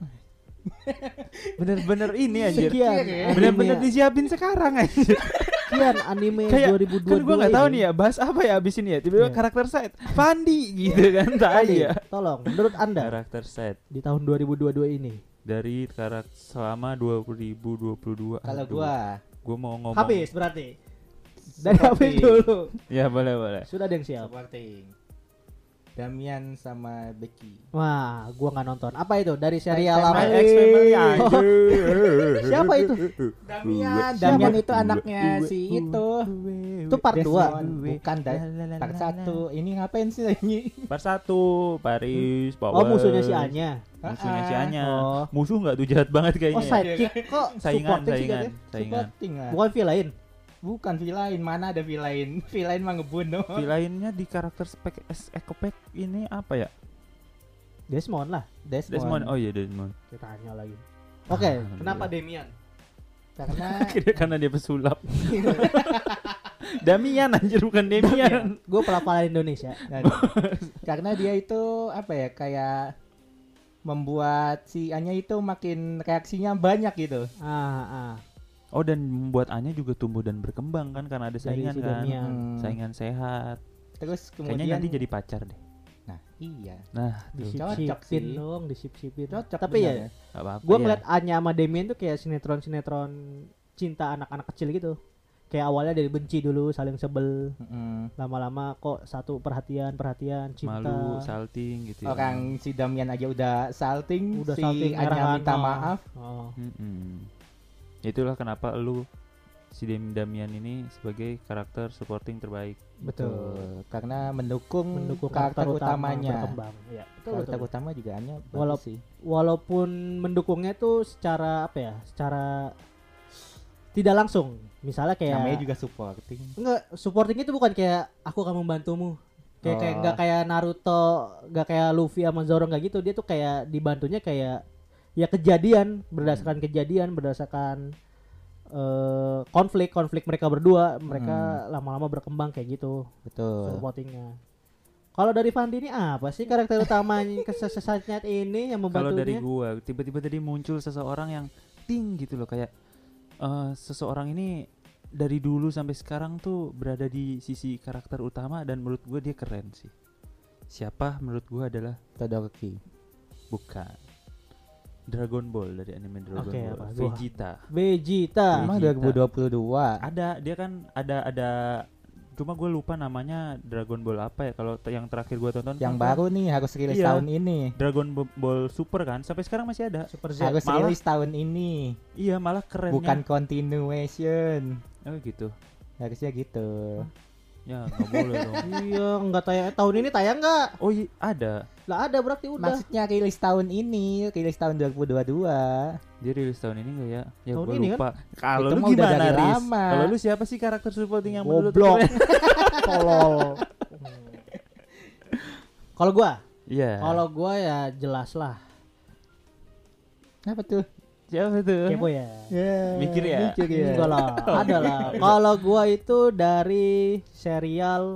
Bener-bener ini anjir. Sekian. Bener-bener anime- disiapin sekarang anjir. sekian anime Kayak dua ribu dua puluh dua. kan gue nggak tahu ini. nih ya bahas apa ya abis ini ya. Tiba-tiba Iya. karakter set Fandi gitu kan. Tak Fandi, ya. tolong menurut Anda Karakter set di tahun dua ribu dua puluh dua ini dari karakter selama dua ribu dua puluh dua. kalau gua Gue mau ngomong. habis berarti. Dari Supporting. habis dulu. Ya boleh boleh. Sudah ada yang siap. supporting Damian sama Becky. Wah, gua nggak nonton. Apa itu? Dari serial Family. apa? Ex family Oh, anjir. siapa itu? Damian, Siapa? Damian itu anaknya si itu. Itu part dua. Desmond. Bukan da- part satu. Ini ngapain sih ini? Part satu Paris Power. Oh, musuhnya si Anya. Musuhnya si Anya. Oh. Musuh nggak tuh jahat banget kayaknya. Oh, sidekick kok saingan supporting sih saingan katanya? saingan. Supporting lah. Bukan villain. Bukan villain, mana ada villain? Villain mah ngebunuh. Villainnya di karakter spek S Echo Pack ini apa ya? Desmond lah. Desmond. Desmond. Oh iya Desmond. Kita tanya lagi. Oke, Alhamdulillah. kenapa Demian? Karena Karena dia pesulap. Damian anjir bukan Demian. Gue pelafalan Indonesia. karena dia itu apa ya kayak membuat si Anya itu makin reaksinya banyak gitu. Ah, ah. Oh dan membuat Anya juga tumbuh dan berkembang kan karena ada Dari saingan si kan. Damian. Hmm. Saingan sehat. Terus Kayaknya kemudian nanti jadi pacar deh. nah iya Nah, tuh. Cocok Disip-sipin sih. dong, disip-sipin. Cocok Tapi ya, bener Gak apa-apa. gue ya. ngeliat Anya sama Demian tuh kayak sinetron-sinetron cinta anak-anak kecil gitu. Kayak awalnya dari benci dulu, saling sebel, Mm-mm. lama-lama kok satu perhatian, perhatian, cinta. Malu, salting gitu. ya. Orang si Damian aja udah salting, Udah si salting, Anya merahan, minta oh. maaf. Oh. Mm-mm. Itulah kenapa lu si Dem- Damian ini sebagai karakter supporting terbaik. Betul. Karena mendukung, Mendukung karakter, utamanya. berkembang. Ya, betul, Karakter betul. utama juga Anya bagus Walau- sih. Walaupun mendukungnya tuh secara apa ya? Secara tidak langsung. Misalnya kayak Namanya juga supporting. enggak, supporting itu bukan kayak aku akan membantumu. Kayak kayak Oh. enggak kayak Naruto, enggak kayak Luffy sama Zoro enggak gitu. Dia tuh kayak dibantunya kayak ya kejadian, berdasarkan kejadian, berdasarkan eh, konflik-konflik mereka berdua, mereka lama-lama berkembang kayak gitu Betul. supportingnya. Kalau dari Fandi ini apa sih karakter utamanya kesesatnya ini yang Kalau dari membantunya? gua tiba-tiba tadi muncul seseorang yang ting gitu loh kayak eh, seseorang ini dari dulu sampai sekarang tuh berada di sisi karakter utama dan menurut gua dia keren sih. Siapa menurut gua adalah Todoroki. bukan Dragon Ball dari anime Dragon Oke, Ball. apa? Gua- Vegeta. Vegeta. Emang Vegeta. dua ribu dua puluh dua. Ada dia kan ada ada cuma gue lupa namanya Dragon Ball apa ya kalau t- yang terakhir gue tonton Yang kan baru nih harus rilis Iya. tahun ini. Dragon Bo- Ball Super kan sampai sekarang masih ada. Super Z. Harus malah- rilis tahun ini. Iya malah kerennya. Bukan continuation. Oh gitu. Harusnya gitu. Ya nggak boleh dong. Iya, enggak tayang tahun ini tayang enggak? Oh iya ada. Lah ada berarti udah. Maksudnya rilis tahun ini, rilis tahun dua ribu dua puluh dua. Dia rilis tahun ini nggak ya? Ya Tahun gue ini lupa. Kalau Itu lu mah udah gimana dari Riz? lama. Kalau lu siapa sih karakter supporting yang menurut lu Goblok. keren? Tolol. Kalau gua, Iya. kalau gua ya jelas lah. Apa tuh? Siapa tuh? Kepo ya. Mikir ya? Mikir ya. Enggak lah, ada lah. Kalau gua itu dari serial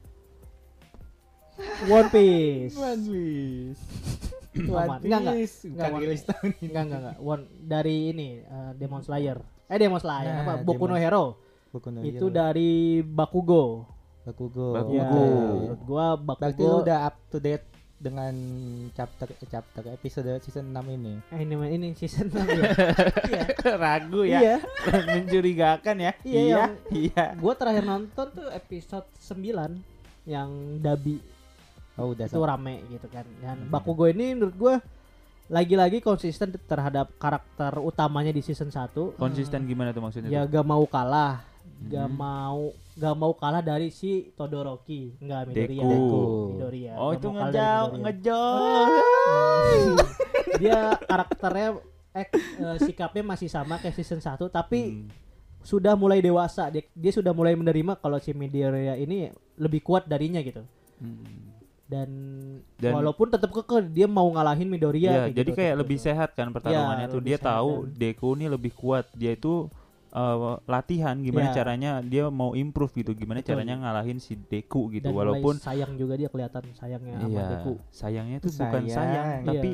One Piece. One Piece. Aman. One Enggak, enggak. Piece. Enggak, Bukan One rilis tahun ini. Enggak enggak enggak. One dari ini eh, Demon Slayer. Eh Demon Slayer Nah, apa? Boku no Demon- Hero. Boku no Itu Hero. dari Bakugo. Bakugo. Bakugo. Ya, menurut gua Berarti Bakugo lu udah up to date dengan chapter eh, chapter episode season enam ini. eh, ini ini season enam ya. Iya. Ragu Iya. Mencurigakan ya. Iya, iya. yang- iya. Gua terakhir nonton tuh episode sembilan yang Dabi Oh, udah itu sampai. rame gitu kan. Dan Hmm. Bakugo ini menurut gua lagi-lagi konsisten terhadap karakter utamanya di season satu. Konsisten gimana tuh maksudnya? Ya tuh? gak mau kalah, gak Hmm. mau gak mau kalah dari si Todoroki, enggak Midoriya. Deku. Midoriya. Oh Gak itu mau kalah dari ngejauh Midoriya. ngejauh. Dia karakternya eh, eh, sikapnya masih sama kayak season satu tapi Hmm. sudah mulai dewasa. Dia, dia sudah mulai menerima kalau si Midoriya ini lebih kuat darinya gitu. Hmm. Dan, Dan- walaupun tetap kekeh dia mau ngalahin Midoriya Iya, kayak jadi gitu, kayak gitu, lebih gitu. sehat kan pertarungannya Iya, tuh. lebih Dia sehat tahu kan. Deku ini lebih kuat. Dia itu uh, latihan gimana Iya. caranya dia mau improve gitu, gimana Betul. caranya ngalahin si Deku gitu. Dan mulai Walaupun sayang juga dia kelihatan sayangnya sama iya, Deku. sayangnya tuh bukan Sayang. sayang, Iya. tapi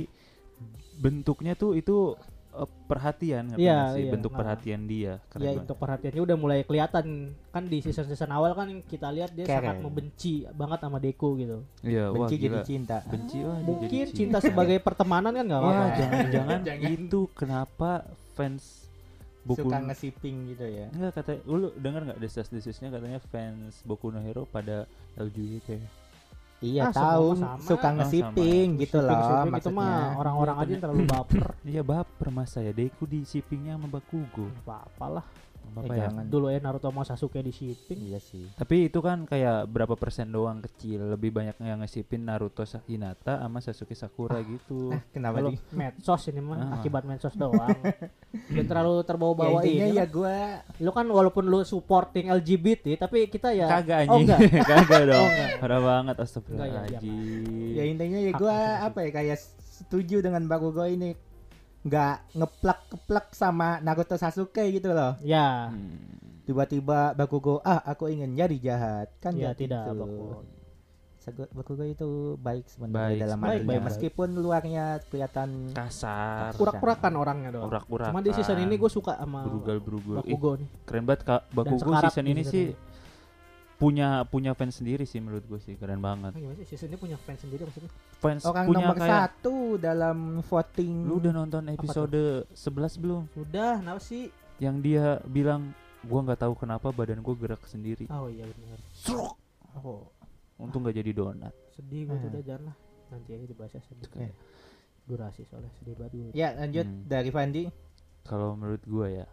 bentuknya tuh itu uh, perhatian ngerti Iya, nggak sih? iya, Bentuk nah. perhatian dia. Keren Ya banget. untuk perhatiannya udah mulai kelihatan kan di season-season awal kan kita lihat dia Keren. sangat membenci banget sama Deku gitu. Iya, wah Benci jadi gila. cinta. Benci wah dia Mungkin jadi cinta sebagai pertemanan kan nggak Wah, apa-apa. jangan-jangan Jangan. itu kenapa fans Boku Suka nge-shipping gitu ya. Enggak kata lu denger enggak desas-desusnya katanya fans Boku no Hero pada L G B T. Iya, Ah, tahu semua sama. suka Oh, nge-shipping gitu loh Shipping-shipping itu maksudnya. mah orang-orang aja yang terlalu baper. Iya baper masa ya Deku di shippingnya sama Bakugo. Nggak apa-apa lah. Apa Eh, ya? jangan. Dulu ya Naruto mau Sasuke di shipping. Iya sih. Tapi itu kan kayak berapa persen doang kecil. Lebih banyak yang nge-shippin Naruto Sa- Hinata sama Sasuke Sakura gitu. Ah, kenapa Kalau di? medsos ini mah Ah. akibat medsos doang. Dan terlalu terbawa-bawa Ya, intinya ini. ya lah. gua Lu kan walaupun lu supporting L G B T tapi kita ya Kagak Oh anjing. enggak. Kagak dong. Oh, enggak. Parah banget Enggak, ya, astagfirullahaladzim. ya intinya ya Hak gua asasi. apa ya kayak setuju dengan Bakugo ini. Nggak ngeplak-keplak sama Naruto Sasuke gitu loh. ya. Hmm. Tiba-tiba Bakugo, ah aku ingin jadi jahat. Kan Ya nggak tidak gitu. Bakugo. Sagu- Bakugo itu baik Baik, sebenarnya dalam baik, artinya. baik. Meskipun luarnya kelihatan Kasar. Urak-urakan orangnya doang. Urak-urakan. Cuma di season ini gue suka sama berugal-berugul. Ih, Bakugo nih. keren banget Kak. Bakugo sekarat season di ini season sih ini. punya punya fans sendiri sih menurut gue sih, keren banget. Ah, gimana sih season ini punya fans sendiri maksudnya? Fans orang punya nomor kayak satu dalam voting. lu udah nonton episode sebelas belum? Sudah, kenapa sih? Yang dia bilang gua nggak tahu kenapa badan gua gerak sendiri. Oh iya benar. Srok. Oh, Untung nggak jadi donat. sedih gue tuh Hmm. udah jangan lah. Nanti aja dibahas sedih. Ya. Durasi soalnya sedih banget gue. Ya lanjut Hmm. dari Fandi. Kalau menurut gua ya,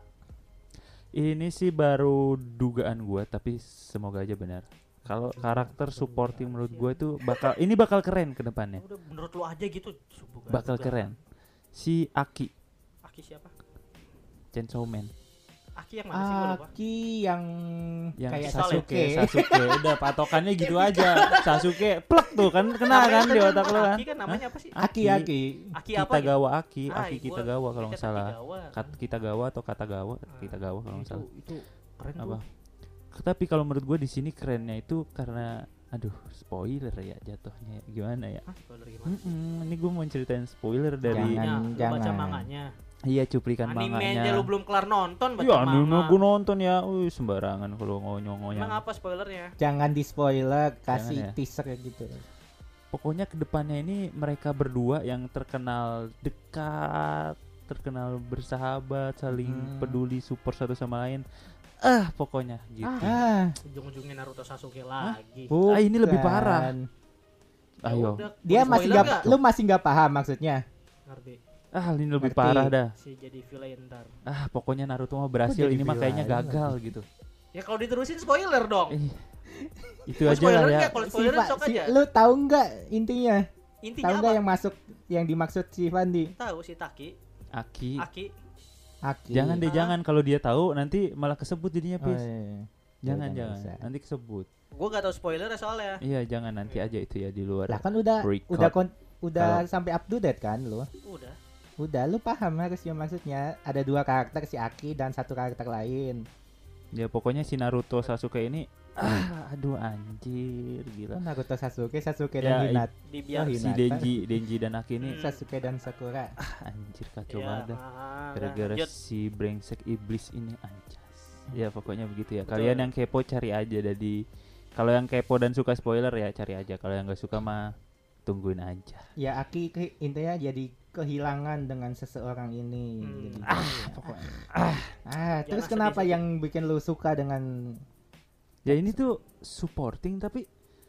ini sih baru dugaan gua tapi semoga aja benar. Kalau karakter supporting menurut gua itu bakal ini bakal keren ke depannya. Udah menurut lu aja gitu. Bukan- Bakal bukan. keren. Si Aki, Aki siapa? Chainsaw Man. Aki yang mana sih gue lupa? Aki yang, Yang kayak Sasuke, Sasuke. Sasuke, udah patokannya gitu aja. Sasuke, plek tuh kan kena kan di otak lo kan. Aki kan namanya apa sih? Aki Aki. Aki apa? Kitagawa Aki, Ah, Aki gua Kitagawa kalau ingat nggak salah. Kitagawa. Kat Kitagawa atau Katagawa, Kitagawa kalau nggak itu, salah. itu keren Apa? tuh. Tapi kalau menurut gue di sini kerennya itu karena aduh spoiler ya jatuhnya gimana ya? Ah, spoiler gimana? Mm-mm, ini gue mau ceritain spoiler dari Jangan. Manganya, lu baca jangan. manganya. iya cuplikan Anime manganya. aja lu belum kelar nonton baca Iya, manga. anime gue nonton ya. Wih, sembarangan kalau ngonyong-ngonyong. Emang apa spoilernya? Jangan di spoiler, kasih Jangan ya. teaser gitu. Pokoknya kedepannya ini mereka berdua yang terkenal dekat, terkenal bersahabat, saling Hmm. peduli, support satu sama lain. Ah, pokoknya gitu. Ah, Ujung-ujungnya Naruto Sasuke lagi. bukan. Ah, ini lebih parah. Ya Ayo. udah, Dia mau masih spoiler nggak, lu masih nggak paham maksudnya. Ngerti. Ah, ini lebih Ngerti. parah dah. Si jadi villain ntar. Ah, pokoknya Naruto mah berhasil, jadi ini mah kayaknya villain gagal gitu. Ya kalau diterusin spoiler dong. Eh, itu Mau aja lah spoiler ya. nggak? Kalau Si, spoiler Fa- sok si- aja. lu tahu nggak intinya? Intinya Tahu apa? nggak yang masuk, yang dimaksud si Fandi? Tahu si Taki, Aki. Aki. Aki. Jangan deh, Ah. jangan kalau dia tahu nanti malah kesebut jadinya, Oh, Pis. iya, iya. Jangan, Jangan, jangan. bisa. Nanti kesebut. Gue gak tahu spoiler soalnya. Iya, jangan nanti aja itu ya di luar. Lah kan udah Record. udah kon- udah Kalau- sampai up to date kan lu? Udah. Udah, lu paham harusnya maksudnya ada dua karakter si Aki dan satu karakter lain. Ya pokoknya si Naruto Sasuke ini ah aduh anjir gila. Kan Naruto Sasuke, Sasuke Ya, dan Hinata. Dibiar. Oh, Si Hinata. Denji, Denji dan Aki ini Hmm. Sasuke dan Sakura. ah, anjir kacau Ya, banget dah. ah, Gara-gara lanjut. si brengsek iblis ini anjas. Ya pokoknya begitu ya. Kalian yang kepo cari aja dari. Kalau yang kepo dan suka spoiler ya cari aja. Kalau yang nggak suka mah tungguin aja. Ya Aki ke, intinya jadi kehilangan dengan seseorang ini. Hmm. Jadi, Ah, ya. pokoknya. ah, ah terus Jangan kenapa sedih-sedih. yang bikin lu suka dengan Ya ini tuh supporting tapi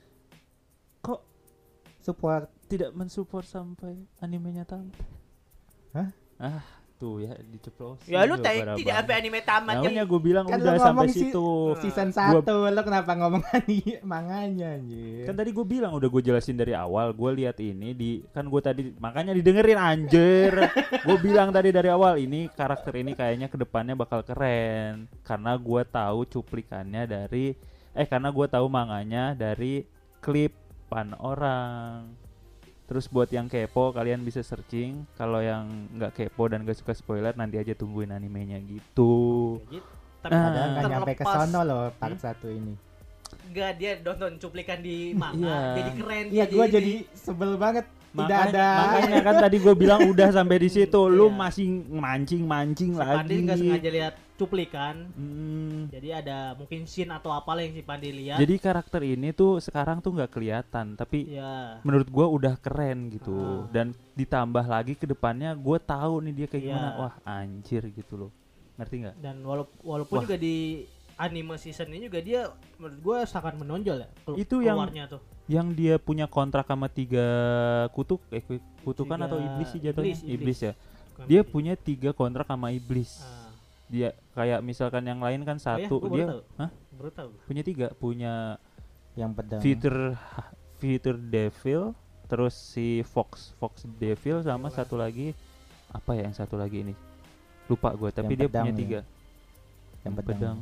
kok support? tidak mensupport sampai animenya tamat. Hah? Ah, tuh ya diceplosin. Ya lu juga tadi parah tidak banget. sampai anime tamat Namanya yang gue bilang Kan udah lu sampai ngomong si- situ. Season Gua- satu lu kenapa ngomong anime manganya anjir? Kan tadi gue bilang udah gue jelasin dari awal. Gue lihat ini di kan gue tadi makanya didengerin anjir. Gue bilang tadi dari awal ini karakter ini kayaknya kedepannya bakal keren karena gue tahu cuplikannya dari eh karena gue tahu manganya dari klipan orang. Terus buat yang kepo kalian bisa searching. Kalau yang nggak kepo dan gak suka spoiler nanti aja tungguin animenya gitu. Gitu. Tapi Ah. Ada nggak nyampe ke terlepas- sono loh part Hmm? satu ini. Enggak, dia nonton cuplikan di manga Iya. jadi keren. Iya, dia gua ini. jadi sebel banget. Tidak Makanya, ada. makanya kan tadi gue bilang udah sampai di situ. Lu Iya. masih mancing-mancing Si lagi. Pandi nggak sengaja lihat cuplikan. Hmm. Jadi ada mungkin scene atau apalah yang si Pandi lihat. Jadi karakter ini tuh sekarang tuh nggak kelihatan, tapi ya. menurut gua udah keren gitu. Ah. Dan ditambah lagi ke depannya gue tahu nih dia kayak Iya. gimana. Wah anjir gitu loh, ngerti nggak? Dan walaupun walaupun Wah. juga di anime season ini juga dia menurut gue sangat menonjol ya. Kelu- Itu yang- keluarnya tuh. Yang dia punya kontrak sama tiga kutuk, eh ku- kutukan Tiga atau iblis sih jatuhnya? iblis, Iblis, iblis. ya. Bukan Dia iblis. punya tiga kontrak sama iblis. Ah. Dia kayak misalkan yang lain kan Oh ya, satu, gua baru dia tahu. hah? Baru tahu. Punya tiga, punya Yang pedang. Future Future Devil, terus si Fox Fox Devil sama satu lagi apa ya yang satu lagi ini lupa gue tapi Yang dia pedang punya ya? tiga Yang pedang. pedang.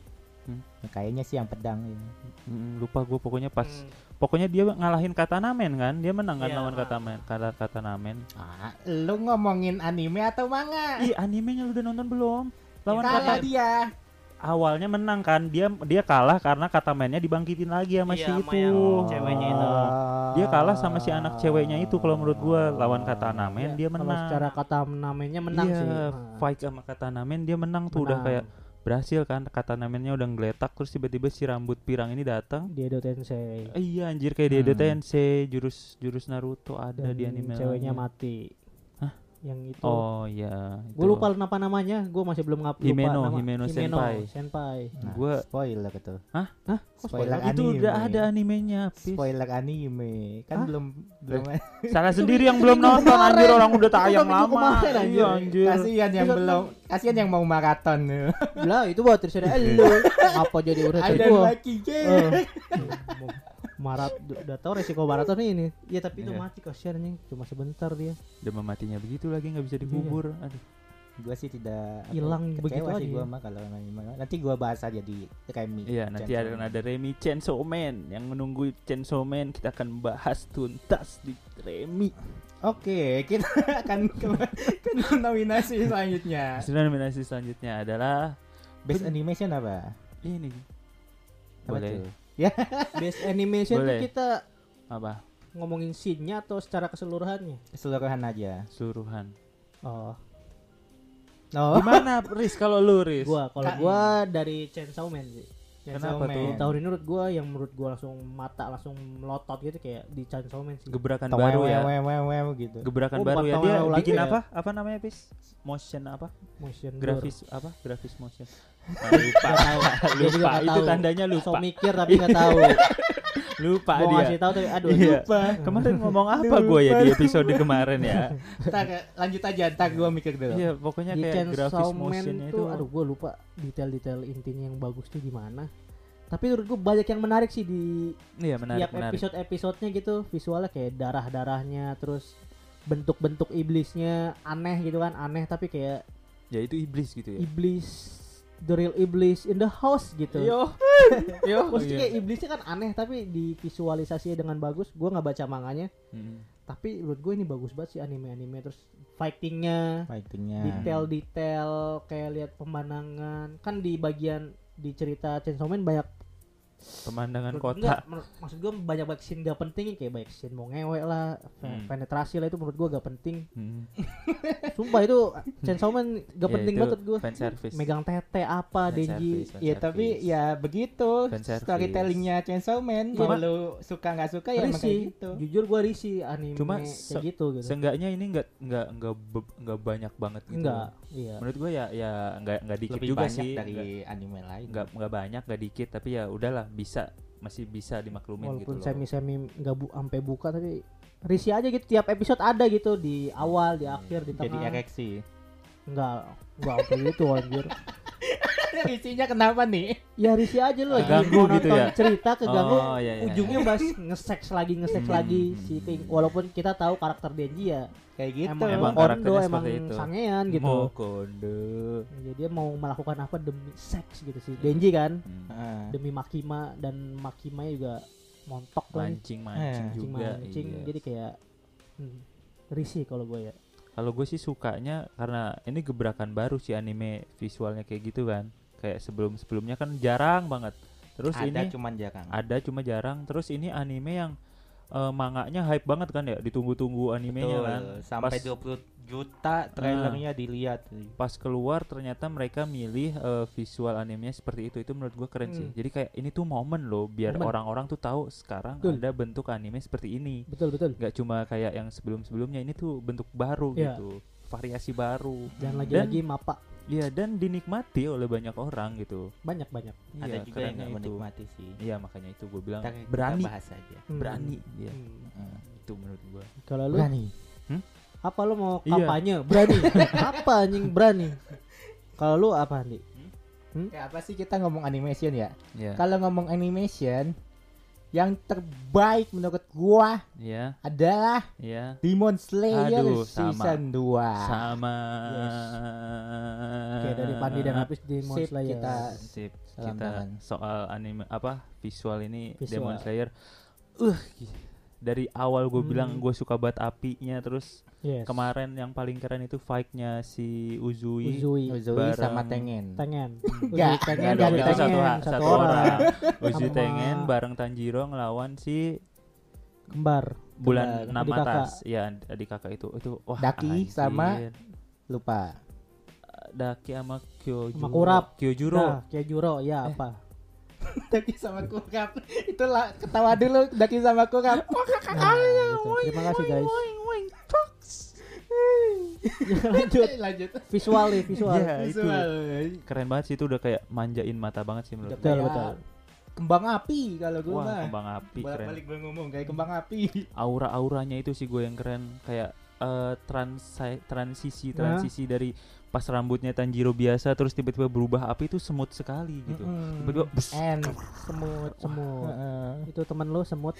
Ya, kayaknya sih yang pedang ini. Mm, lupa gue pokoknya pas Hmm. pokoknya dia ngalahin Katanamen kan dia menang kan Iya, lawan ah. Katanamen kata Katanamen. Ah, lu ngomongin anime atau manga? Ih animenya lu udah nonton belum lawan Kalah Kata dia. awalnya menang kan dia dia kalah karena Katamennya dibangkitin lagi sama Iya, si sama itu yang ceweknya itu. dia kalah sama si anak ceweknya itu kalau menurut gua lawan Katanamen dia Ya, Kalau menang. secara kata namanya menang Iya, sih. Ah. fight sama Katanamen dia menang tuh udah Menang. kayak berhasil kan Katanamennya udah ngeletak terus tiba-tiba si rambut pirang ini datang. Di Edo Tensei. Eh, iya anjir kayak di Edo Hmm. Tensei jurus jurus Naruto ada Dan di anime ceweknya lainnya. mati. Hah? Yang itu. Oh iya. Gue lupa apa namanya. Gue masih belum ngap lupa Himeno, nama. Himeno Senpai. Senpai. Nah, Gua- spoiler itu. Hah? Hah? Kok Spoiler Itu anime. udah ada animenya, Pis. Spoiler anime. Kan Hah? belum belum Salah sendiri yang belum nonton anjir orang udah tayang Itu minggu lama. kemarin, anjir. Iya anjir. kasihan yang Episode belum kasihan yang mau maraton. Lah itu buat terus ada lu. Apa jadi urusan Ada gua? lagi Eh. Marat udah tahu resiko maraton ini. Ya tapi itu Iya. mati kasihan anjing. Cuma sebentar dia. Udah mematinya begitu lagi nggak bisa dikubur. Aduh. Gua sih tidak apa, Hilang kecewa begitu sih aja. gua mah kalau anime. Nanti gua bahas aja di Remi. Iya nanti ada Chainsaw Man. ada Remy Chainsaw Man yang menunggu Chainsaw Man kita akan bahas tuntas di Remy. Oke, kita akan ke, ke nominasi selanjutnya. Sudah nominasi selanjutnya adalah Best animation apa? ini. Apa Boleh. tuh? Best animation Boleh. tuh kita Apa? ngomongin scene-nya atau secara keseluruhannya? Keseluruhan aja. Suruhan. Oh, Oh, Gimana Riz kalau lu Riz? gua kalau Ka- gua dari Chainsaw Man sih. Chainsaw Kenapa Man. tuh? Di tahun ini menurut gua yang menurut gua langsung mata langsung melotot gitu kayak di Chainsaw Man sih. Gebrakan Tong baru wew, ya. wew, wew, wew, gitu. Gebrakan Oh, baru bukan ya tong dia wew lagi bikin ya? apa? Apa namanya Pis? Motion apa? Motion blur. Grafis apa? Grafis motion. Nah, lupa. Nggak tahu. Dia juga lupa nggak itu tahu. tandanya So lupa. mikir tapi nggak tahu. Lupa Mau dia. ngasih tahu tapi aduh Iya. lupa. Kemarin ngomong apa gue ya di episode kemarin ya? Ntar, lanjut aja, ntar gua mikir dulu. Iya, pokoknya Di kayak grafis Chainsaw Man motionnya itu. tuh aduh gua lupa detail-detail intinya yang bagus tuh di mana. Tapi menurut gua banyak yang menarik sih di Iya, menarik, tiap menarik. episode-episodenya gitu. Visualnya kayak darah-darahnya terus bentuk-bentuk iblisnya aneh gitu kan, aneh tapi kayak Ya itu iblis gitu ya. iblis the real iblis in the house gitu. Yo. Yo. Maksudnya kayak iblisnya kan aneh tapi divisualisasinya dengan bagus. Gua nggak baca manganya, Hmm. tapi menurut gue ini bagus banget sih anime-anime terus fightingnya, Fightingnya. detail-detail kayak lihat pemandangan kan di bagian di cerita Chainsaw Man banyak pemandangan Menurut- kota. enggak, menurut- maksud gue banyak banyak scene gak penting kayak banyak scene mau ngewe lah, pe- Hmm. penetrasi lah, itu menurut gue gak penting. Hmm. Sumpah itu Chainsaw Man gak Ya, penting itu banget gue. fan service. Megang tete apa Fan Denji. service, fan Ya service. tapi ya begitu Fan service. storytellingnya Chainsaw Man. Iya. Mau lu suka nggak suka ya emang kayak Risih. gitu. Jujur gue risih anime Cuma kayak se- gitu gitu. Seenggaknya ini nggak nggak nggak be- nggak banyak banget gitu. Enggak, iya. Menurut gue ya ya nggak nggak dikit Lebih juga banyak sih. dari Nggak- anime lain. nggak nggak banyak nggak dikit tapi ya udahlah bisa masih bisa dimaklumin Walaupun gitu loh. semi-semi nggak bu sampai buka tapi risih aja gitu, tiap episode ada gitu di awal, di akhir, di Jadi tengah. ereksi. Enggak, enggak sampai gitu anjir. Isinya kenapa nih? Ya risih aja lu lagi Keganggu mau gitu nonton ya? cerita keganggu, Oh, iya, iya, ujungnya bahas nge-sex lagi nge-sex Hmm, lagi hmm, si hmm. King. Walaupun kita tahu karakter Denji ya Kayak gitu. emang, Emang emang kondo, karakternya emang seperti itu. sangean gitu. Mokondo. Ya, dia mau melakukan apa demi seks gitu sih Denji kan, Hmm. Ah. demi Makima, dan Makima juga montok tuh, Mancing mancing Eh. mancing juga. mancing, iya. jadi kayak hmm, risih kalau gue ya. Kalau gue sih sukanya karena ini gebrakan baru sih anime visualnya kayak gitu kan. Kayak sebelum-sebelumnya kan jarang banget. Terus Ada ini cuman jarang. ada cuma jarang. Terus ini anime yang eh, manganya hype banget kan ya, ditunggu-tunggu animenya Betul. kan. Sampai Pas- dua puluh juta trailernya dilihat. Pas keluar ternyata mereka milih eh, visual animenya seperti itu. Itu menurut gue keren sih. Hmm. Jadi kayak ini tuh momen loh biar Momen. orang-orang tuh tahu sekarang Betul. ada bentuk anime seperti ini. Betul betul. Nggak cuma kayak yang sebelum-sebelumnya, ini tuh bentuk baru Iya. gitu. Variasi baru. Dan lagi-lagi mapa Iya, dan dinikmati oleh banyak orang gitu. banyak banyak. Ada Iya, juga yang kerennya nggak itu. menikmati sih. Iya, makanya itu gue bilang Ntar kita berani. bahas aja. Hmm. Berani, iya. Hmm. Hmm. Itu menurut gua. Kalau lu Berani. apa lu mau Iya. kampanye? Berani. Apa anjing berani? Kalau lu apa Andi? Ya apa sih kita ngomong animation ya? Iya. Kalau ngomong animation, yang terbaik menurut gua Iya, adalah iya. Demon Slayer Aduh, sama. season dua. Sama. Oke, dari Pandi dan Hafiz di Demon Sip, Slayer. kita Sip, Salam kita tangan. soal anime apa visual ini Visual. Demon Slayer. Uh, dari awal gue Hmm. bilang gue suka banget apinya, terus Yes. kemarin yang paling keren itu fightnya si Uzui. Uzui Uzui bareng- sama Tengen. Tengen. Enggak, Uzui Tengen Enggak dong, dari itu satu, Tengen, ha- satu satu orang. orang. Uzui Sama- Tengen bareng Tanjiro ngelawan si Kembar. Bulan Kembar, Enam adik kakak. Atas. Iya, adik kakak itu. Itu wah. Daki anjir. sama Lupa. Daki sama Kyojuro. Sama Kurap. Kyojuro. Nah, Kyojuro ya Eh. apa? Daki sama Kurap. Itulah ketawa dulu Daki sama Kurap. Nah, gitu. Terima kasih guys. Ya, lanjut. Lanjut. Visual nih, visual. Iya, itu. Visual. Keren banget sih, itu udah kayak manjain mata banget sih menurut Betul, gue. betul. Kembang api kalau gue Wah, mah. kembang api keren. Balik gue ngomong kayak kembang api. Aura-auranya itu sih gue yang keren, kayak eh, transi- transisi transisi dari pas rambutnya Tanjiro biasa terus tiba-tiba berubah api itu smooth sekali gitu. Mm-mm. Tiba-tiba bus. And Semut, semut. Heeh. Itu temen lu semut.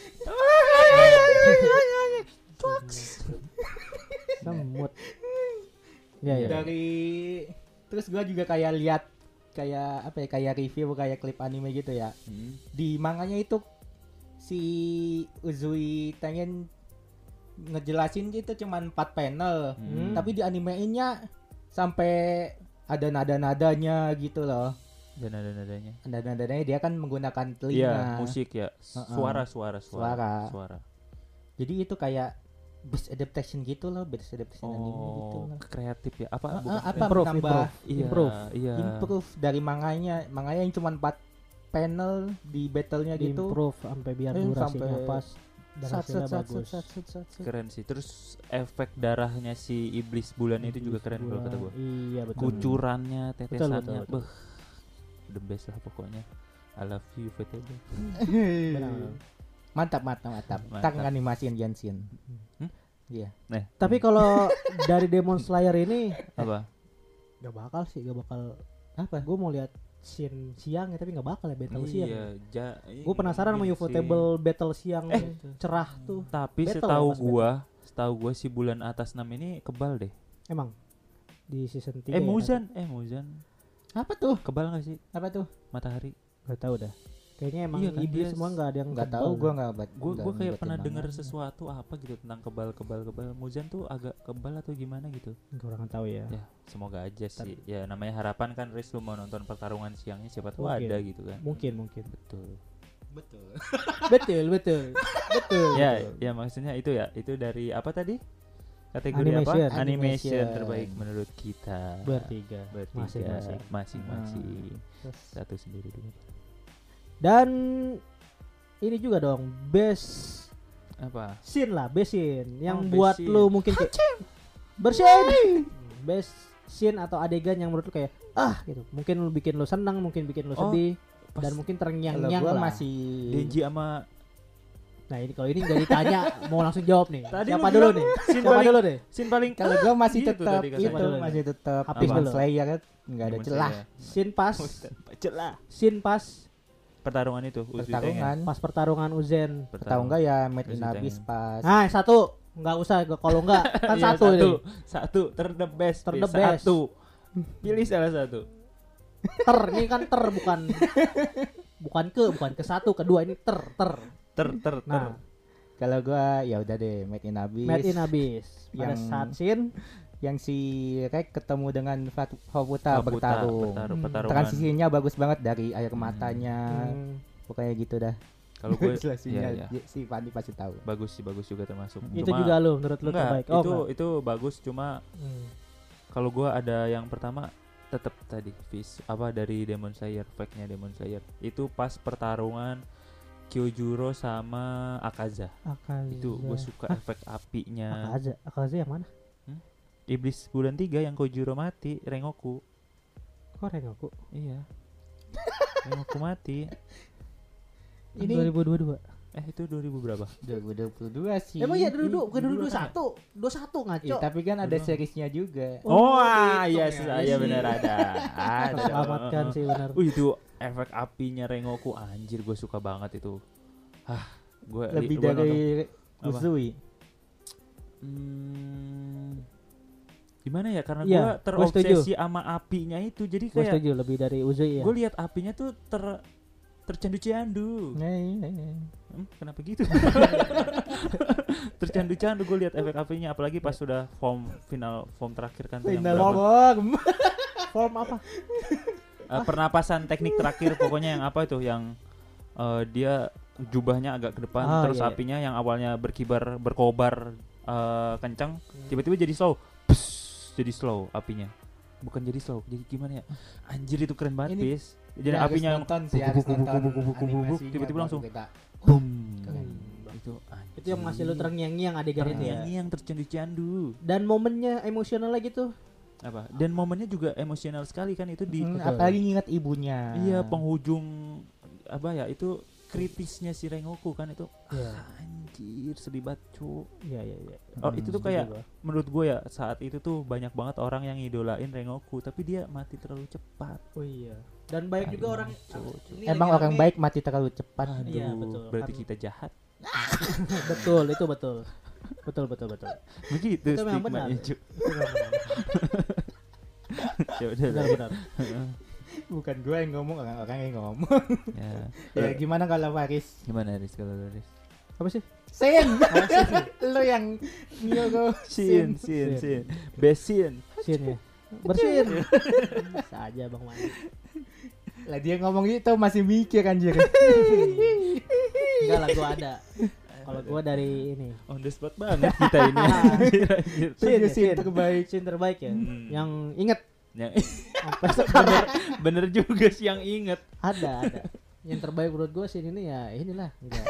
Semut. Ya, ya. dari terus gua juga kayak lihat kayak apa ya kayak review kayak klip anime gitu ya. Hmm. Di manganya itu si Uzui Tengen ngejelasin itu cuman empat panel. Hmm. Tapi di animenya sampai ada nada-nadanya gitu loh. Dan ada nadanya. Nada-nadanya dia kan menggunakan Iya, telinga. musik ya. Heeh. Suara, suara, suara. Suara. Suara. Jadi itu kayak best adaptation gitu loh, best adaptation anime gitu Oh, loh. kreatif ya. Apa? Ah, bukan ah, apa Improve, menambah improve. Iya, Improve. Iya. improve dari manganya, manganya yang cuma empat panel di battle-nya Di gitu. improve sampai biar Eh, durasinya sampai pas dan Sat, hasilnya sat, sat, bagus. sat, sat, sat, sat. Keren sih. Terus efek darahnya si iblis bulan itu juga Iblis keren kalau kata bulan. gua. Iya betul. Kucurannya, tetesannya, betul, betul. beh, the best lah pokoknya. I love you, V T B. Benar. Mantap, mantap, mantap. Mantap. Tak animasiin Genshin. Hmm? Iya. Nah, Tapi kalau dari Demon Slayer ini apa? gak bakal sih, gak bakal. Apa? Gue mau lihat scene siang ya, tapi gak bakal ya battle siang. Iya, ja, Gue penasaran sama ini Ufotable sih. battle siang Eh. cerah tuh. Tapi Battle setahu ya, pas gua, setahu gua si bulan atas enam ini kebal deh. Emang di season tiga. eh ya, Muzan, eh Muzan. Apa tuh? Kebal gak sih Apa tuh? matahari? Gak tahu dah. Kayaknya emang Iya kan, iblis dia semua nggak ada yang Enggak kebal. tahu gua enggak bat. Gua nggak gua kayak ngeliatin pernah manga. dengar sesuatu apa gitu tentang kebal kebal kebal. Muzan tuh agak kebal atau gimana gitu. Nggak orang tahu ya. Ya, semoga aja sih. Ya namanya harapan kan, Riz, lu mau nonton pertarungan siangnya siapa tahu Mungkin. ada gitu kan. Mungkin mungkin. Betul. Betul. betul, betul, betul. Ya, ya maksudnya itu ya, itu dari apa tadi? Kategori Animation. apa? Animation Animation. terbaik menurut kita. Bertiga, Bertiga. masing-masing. Masing-masing. Terus- Satu sendiri dulu. Dan ini juga dong, best Apa? scene lah, best scene yang Oh, best buat scene. lu mungkin kayak bersin. Best scene atau adegan yang menurut lu kayak ah gitu. Mungkin lu bikin lu senang, mungkin bikin lu Oh, sedih pas dan mungkin Kalau terngiang-ngiang gua lah. masih Denji sama Nah, ini kalau ini enggak ditanya mau langsung jawab nih. Tadi Siapa lu dulu bilang nih? scene Siapa paling- dulu nih? scene paling kalau gua masih gitu tetap tadi itu katanya. masih tetap Habis Demon dulu. Slayer kan enggak ada Demon celah. Slayer. Scene pas, Celah. scene pas Pertarungan itu Uzi Pertarungan. pas pertarungan Uzen. Tahu enggak ya Made in Uzi Abyss Tengen. pas Nah, satu enggak usah gua- kalau enggak kan Iya, satu ini. Satu ter the best. Ter Pi. the best. Satu. Pilih salah satu. Ter ini kan ter bukan bukan ke bukan ke satu, kedua ini ter ter. Ter ter ter. Nah, kalau gua ya udah deh Made in Abyss. Made in Abyss. Pada Yang- saat scene yang si Rek ketemu dengan Fat- Hoputa Hoputa, bertarung. bertaruh, Hmm. pertarungan. Transisinya bagus banget dari air matanya. hmm, Pokoknya gitu dah. Kalau gue Jelasnya iya, iya. si Fandi pasti tahu. bagus sih, bagus juga termasuk. itu Cuma- juga lu menurut lu enggak, terbaik. Oh, itu enggak. itu bagus, cuma Hmm. kalau gua ada yang pertama tetap tadi Fizz apa dari Demon Slayer, fake-nya Demon Slayer. Itu pas pertarungan Kyojuro sama Akaza. Akaza. Itu gue suka efek apinya. Akaza, Akaza yang mana? Iblis bulan tiga yang Kyojuro mati, Rengoku. Kok Rengoku? Iya. Rengoku mati. Ini- dua ribu dua puluh dua. Eh itu dua ribu berapa? dua ribu dua puluh dua sih. Emang iya dulu bukan dulu dulu dua satu, dua satu ngaco. Iya, tapi kan ada Dulu. seriesnya juga. Oh, Oh, ah, dihitung iya, ya. saya Iya benar sih. ada. Ada. Selamatkan sih benar. Uh, itu efek apinya Rengoku anjir, gue suka banget itu. Hah, gue Lebih dari Uzui. Hmm, gimana ya? Karena Iya, gue gua terobsesi sama apinya itu, jadi Gue kayak setuju lebih dari Uzui ya. gue lihat apinya tuh ter tercandu-candu. Nah, iya, iya. Hmm, kenapa gitu? Tercandu-candu gue lihat efek apinya, apalagi pas sudah form final form terakhir kan tuh yang Final berapa? form. Form apa? Eh, pernapasan teknik terakhir pokoknya yang apa itu yang eh, dia jubahnya agak ke depan, Ah, terus iya, iya. apinya yang awalnya berkibar berkobar eh, kencang tiba-tiba jadi slow. Pss, jadi slow apinya, bukan jadi slow, jadi gimana ya, anjir itu keren banget. Ini Bis jadi Ya, harus apinya yang nonton sih, buk, harus buk, buk, nonton buk, buk, buk, buk, buk, animasinya tiba-tiba baru langsung kita. boom. Keren. Itu anjir. Itu yang masih lu terngiang-ngiang adegan itu ya. Ini yang tercandu-candu. Dan momennya emosional lagi tuh. Apa? Dan momennya juga emosional sekali kan itu di Hmm, Betul. apalagi nginget ibunya. iya penghujung apa ya itu kritisnya si Rengoku kan itu. Iya. Anjir sedih banget cu. Iya iya iya. Oh Hmm, itu tuh setuju kayak gua. menurut gue ya saat itu tuh banyak banget orang yang idolain Rengoku tapi dia mati terlalu cepat. Oh iya. Dan banyak juga Aduh, orang cu, cu. ini Emang lagi orang rame- baik mati terlalu cepat. Aduh, Iya, betul. berarti Kan- kita jahat. betul itu betul. Betul betul betul. Begitu Itu memang benar. stigmanya cu. Itu memang benar. Ya udah. Benar lah. benar. Bukan gue yang ngomong, orang-orang yang ngomong. Ya. Ya gimana kalau Faris? Gimana Riz kalau lu, Riz? Apa sih? Sen. Lu yang nyuruh Sin, sin, sin. Besin. Scene ya. Bersin. Bisa aja Bang Mani. Lah dia ngomong itu masih mikir anjir. Enggak lah gua ada. Kalau gua dari ini. On the spot banget kita ini. Anjir, anjir. Scene, Scene scene. terbaik. Scene terbaik ya. Hmm. Yang inget Yang sampai sekarang bener juga sih yang inget. ada ada. Yang terbaik menurut gua scene ini ya inilah. Enggak.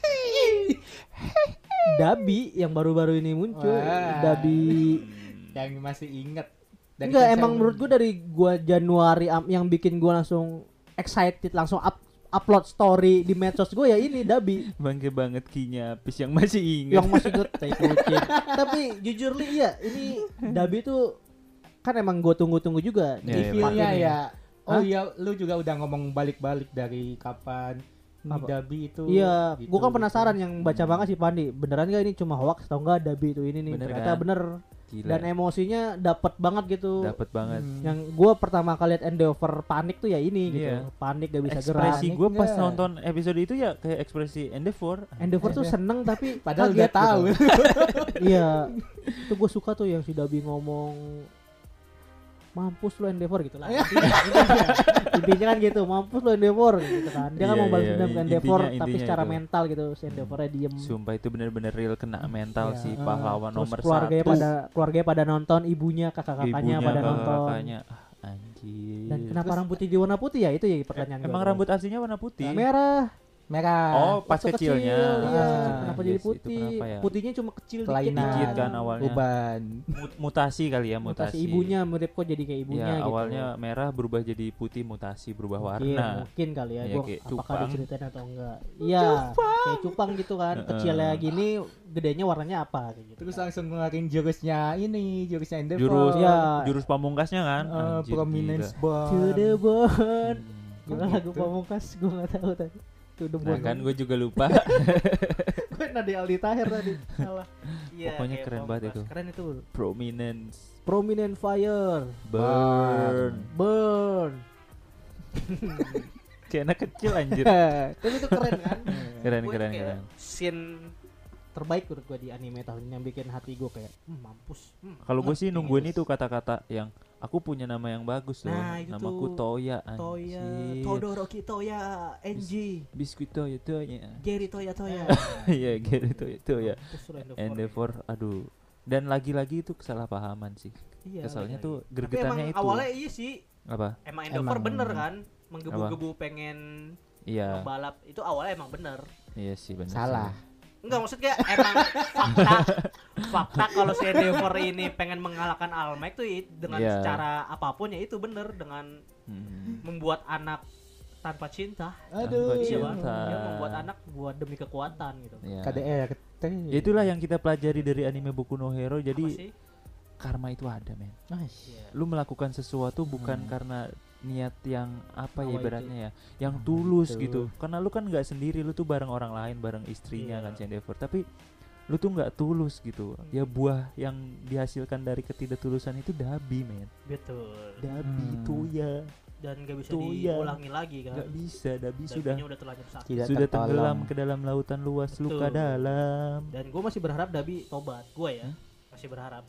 Dabi yang baru-baru ini muncul. Wah. Dabi. Yang masih inget. Dari Enggak Sensei emang Moon. menurut gua dari gua Januari am- yang bikin gua langsung excited langsung up upload story di medsos gue ya ini Dabi Bangke banget kinya Pis yang masih inget. yang masih gue tai kucing. Tapi jujur li iya ini Dabi tuh kan emang gue tunggu-tunggu juga Iya, di iya, part Feel-nya ini. ya. Oh Hah? iya, lu juga udah ngomong balik-balik dari kapan ini Apa? Dabi itu. Iya, gitu, gue kan gitu. penasaran yang baca banget sih Pandi. Beneran gak ini cuma hoax atau enggak Dabi itu ini nih? Bener Ternyata kan? bener. Gila. Dan emosinya dapet banget gitu. Dapet banget. Hmm. Yang gue pertama kali liat Endeavor panik tuh ya ini gitu. Iya. Panik gak bisa gerak. Ekspresi gue pas Enggak. nonton episode itu ya kayak ekspresi Endeavor. Endeavor tuh seneng tapi Padahal kaget udah tahu. gitu. Iya. Itu gue suka tuh yang si Dabi ngomong mampus lo Endeavor gitu lah. Intinya, intinya, intinya kan gitu, mampus lo Endeavor gitu kan. Dia kan Iya, mau balas iya, dendam ke intinya- Endeavor tapi intinya secara itu. mental gitu si Endeavornya diem. Sumpah itu bener-bener real kena mental Iya. sih, Eh, pahlawan Terus nomor keluarganya satu. pada keluarganya pada nonton, ibunya kakak-kakaknya Ibunya, pada nonton. kakaknya. Ah, anjir. Dan kenapa Terus- orang putih di warna putih ya itu ya pertanyaan gua. Emang rambut aslinya warna putih? merah. Merah. Oh, pas Waktu kecilnya. kecil, iya. Ah, Kenapa iya jadi sih, itu putih? kenapa ya? Putihnya cuma kecil dikit. Kelainan. Dikit kan awalnya. Uban. Mut- mutasi kali ya, Mutasi mutasi. ibunya mirip kok jadi kayak ibunya Ya, gitu. awalnya merah berubah jadi putih, mutasi berubah Mungkin, warna. mungkin kali ya, Iya, gua kayak apakah cupang. diceritain atau enggak. Iya, kayak cupang gitu kan. Heeh. Kecilnya gini, gedenya warnanya apa kayak gitu. Terus kan. langsung ngeluarin jurusnya ini, jurusnya Endeavor. Jurus Ya. jurus pamungkasnya kan? Eh, Anjir, prominence gila. bar. To the bone. Hmm. Gimana Kok lagu gitu? pamungkas gua enggak tahu tadi. To the Nah bone. kan gue juga lupa. Gue Nadi Aldi Tahir tadi. Salah. Iya, Pokoknya kayak keren banget pamungkas. itu. Keren itu. Prominence. Prominent fire. Burn. Burn. Kayak anak kecil anjir. Tapi itu keren kan? Keren Gua keren kayak keren. Scene terbaik menurut gue di anime tahun ini yang bikin hati gue kayak hmm, mampus. Hmm, Kalau gue ngerti sih nungguin gitu. itu kata-kata yang aku punya nama yang bagus loh. Nah, itu Namaku tuh. Toya Toya, anjir. Todoroki Toya, Enji, Biskuit Toya Toya. Gary Toya Toya. Iya gitu Toya Toya. Mampus lu Endeavor. Endeavor aduh. Dan lagi-lagi itu kesalahpahaman sih. Iya, Kesalnya lagi-lagi. tuh Tapi gregetannya emang itu. awalnya iya sih. Apa? Emang Endeavor Emang- bener kan? Menggebu-gebu pengen Iya. balap itu awalnya emang bener. Iya sih benar. Salah. Enggak maksudnya emang fakta fakta kalau si Endeavor ini pengen mengalahkan Almec tuh i- dengan Iya. secara apapun ya itu bener dengan Hmm. membuat anak tanpa cinta. Aduh. Tanpa Iya bang, cinta. dia membuat anak buat demi kekuatan gitu. Iya. K D R T. Ya itulah yang kita pelajari dari anime Boku no Hero. Apa Jadi sih? karma itu ada, men. Iya. Lu melakukan sesuatu bukan Hmm. karena niat yang apa ya Awal ibaratnya ya, yang Hmm, tulus betul. gitu. Karena lu kan nggak sendiri, lu tuh bareng orang lain, bareng istrinya Iya. kan si Endeavor. Tapi lu tuh nggak tulus gitu. Hmm. Ya buah yang dihasilkan dari ketidaktulusan itu dabi, men. Betul. Dabi Hmm. itu ya Dan gak bisa Tuh, ya. diulangi lagi kan. nggak bisa, dabi Dan sudah ini udah terlanjur sakit. Tidak sudah tertolong. tenggelam ke dalam lautan luas, Betul. luka dalam. Dan gue masih berharap Dabi tobat. Gue ya Hmm? masih berharap.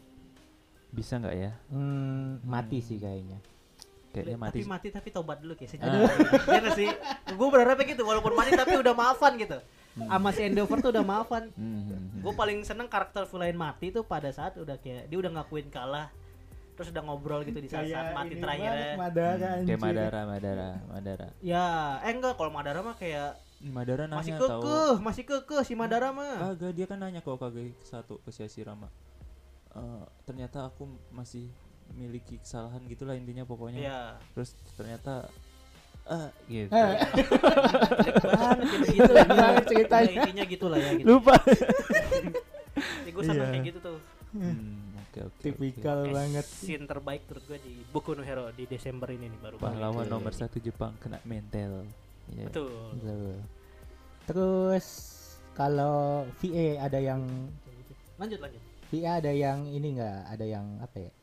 Bisa nggak ya? Hmm, mati sih kayaknya. Kayaknya mati. Tapi mati tapi tobat dulu kayak Ah. sejauh. Iya gak sih? Gue berharapnya gitu walaupun mati tapi udah maafan gitu. Hmm. Sama si Endeavor tuh udah maafan. Hmm. Gue paling seneng karakter villain mati tuh pada saat udah kayak dia udah ngakuin kalah. Terus udah ngobrol gitu di saat-saat mati terakhirnya. Madara Hmm, kayak Madara, Madara, Madara. Ya, eh enggak kalau Madara mah kayak Madara nanya masih tahu. kekeh, masih kekeh si Madara mah. Kagak, dia kan nanya kok kagak satu ke si Hashirama. Eh, ternyata aku masih memiliki kesalahan gitulah intinya pokoknya. Iya. Terus ternyata ah gitu. Eh. Jelek banget ya begitu lah. Banget ceritanya. Ya, intinya gitulah ya gitu. Lupa. Gue seneng Iya. kayak gitu tuh. Hmm, oke oke. Tipikal Eh, banget. Scene terbaik menurut gue di Boku no Hero di Desember ini nih baru. Pahlawan Oke. nomor satu Jepang kena mental. Iya. Betul. Betul. Terus kalau V A ada yang Lanjut lanjut. V A ada yang ini enggak? Ada yang apa ya?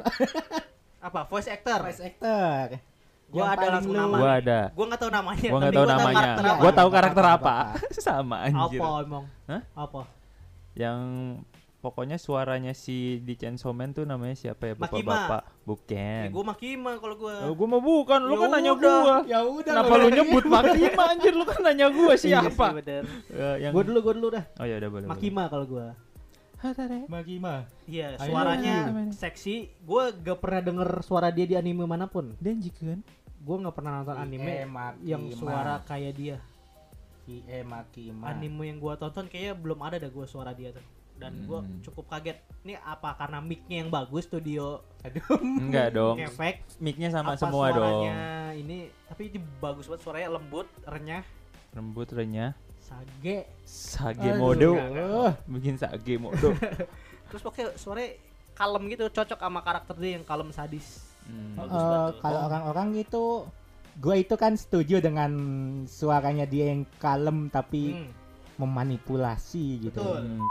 Apa voice actor? Voice actor. Gua Yang ada paling langsung lu- nama. Gua ada. Gua nggak tahu namanya. Gua nggak tapi tahu gua namanya. karakter apa. Gua tahu karakter Apa-apa. apa. Sama anjir. Apa emang? Hah? Apa? Yang pokoknya suaranya si di Chainsaw Man tuh namanya siapa ya? Makima. Bapak-bapak. Ya, Bukan. gua Makima kalau gua. Oh, gua mau bukan, lu Ya kan nanya udah. gua. Ya udah. Kenapa nggak lu boleh. nyebut Makima anjir, lu kan nanya gua Iya sih, siapa? bener. Eh, yang Gua dulu gua dulu dah. Oh ya udah boleh. Makima kalau gua. Makima. Iya, Ayo, suaranya ayo. seksi. Gua gak pernah denger suara dia di anime manapun. Denji kan? Gua nggak pernah nonton anime V E Makima. yang suara kayak dia. V E Makima. Anime yang gua tonton kayaknya belum ada dah gua suara dia tuh. Dan gua Hmm. cukup kaget. Ini apa karena mic-nya yang bagus studio Aduh. Enggak dong. efek Mic-nya sama apa semua dong. suaranya ini tapi ini bagus banget suaranya lembut, renyah, Lembut renyah. sage. Sage Aduh. modo. Aduh. Bikin sage modo. Terus pokoknya suaranya kalem gitu, cocok sama karakter dia yang kalem sadis. Hmm. Bagus Eh, banget tuh. kalau orang-orang itu gue itu kan setuju dengan suaranya dia yang kalem tapi Hmm. memanipulasi gitu. Betul. Hmm.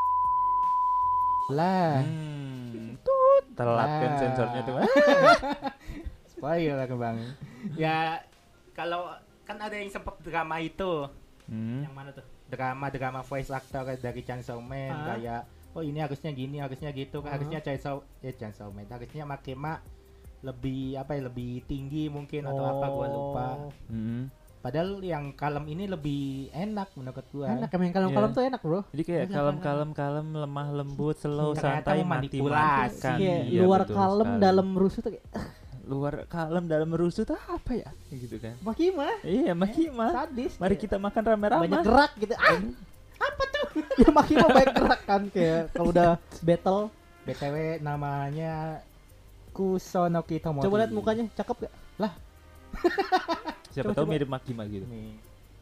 Lah, Hmm. Tut, telat kan Nah. sensornya tuh. spoiler Bang. Ya kalau kan ada yang sempat drama itu, Hmm. Yang mana tuh? drama-drama voice actor dari Chainsaw Man Ah. kayak oh ini harusnya gini, harusnya gitu, Ah. harusnya Chainsaw eh Chainsaw Man, harusnya Makima lebih apa ya lebih tinggi mungkin atau apa gua lupa. Mm-mm. Padahal yang kalem ini lebih enak menurut gua. Enak emang kalem-kalem Iya. tuh enak bro. Jadi kayak Enak, kalem-kalem, kalem, lemah lembut, slow, Ternyata santai, memanipulasi. mati-matikan. Kayak Iya, luar betul kalem sekali. dalam rusuh tuh kayak luar kalem dalam rusuh tuh apa ya? Gitu kan. Makima Iya, Makima. sadis. Mari kita makan rame-rame. banyak gerak gitu. Ah, apa tuh? Ya Makima banyak gerak kan kayak kalau udah battle. B T W namanya Kusonoki Tomoki. Coba lihat mukanya, cakep gak? Siapa Coba, tahu coba. mirip Makima gitu. Nih.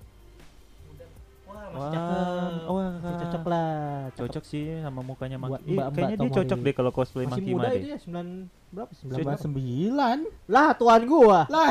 Wah, Wah, cakep. wah, Masih cocok lah. Cocok sih sama mukanya Buat Makima. Ih, mbak-mbak kayaknya dia Tomoki. cocok deh kalau cosplay Masih Makima muda deh. itu ya sembilan berapa? sembilan sembilan belas sembilan. Lah tuan gua. Lah,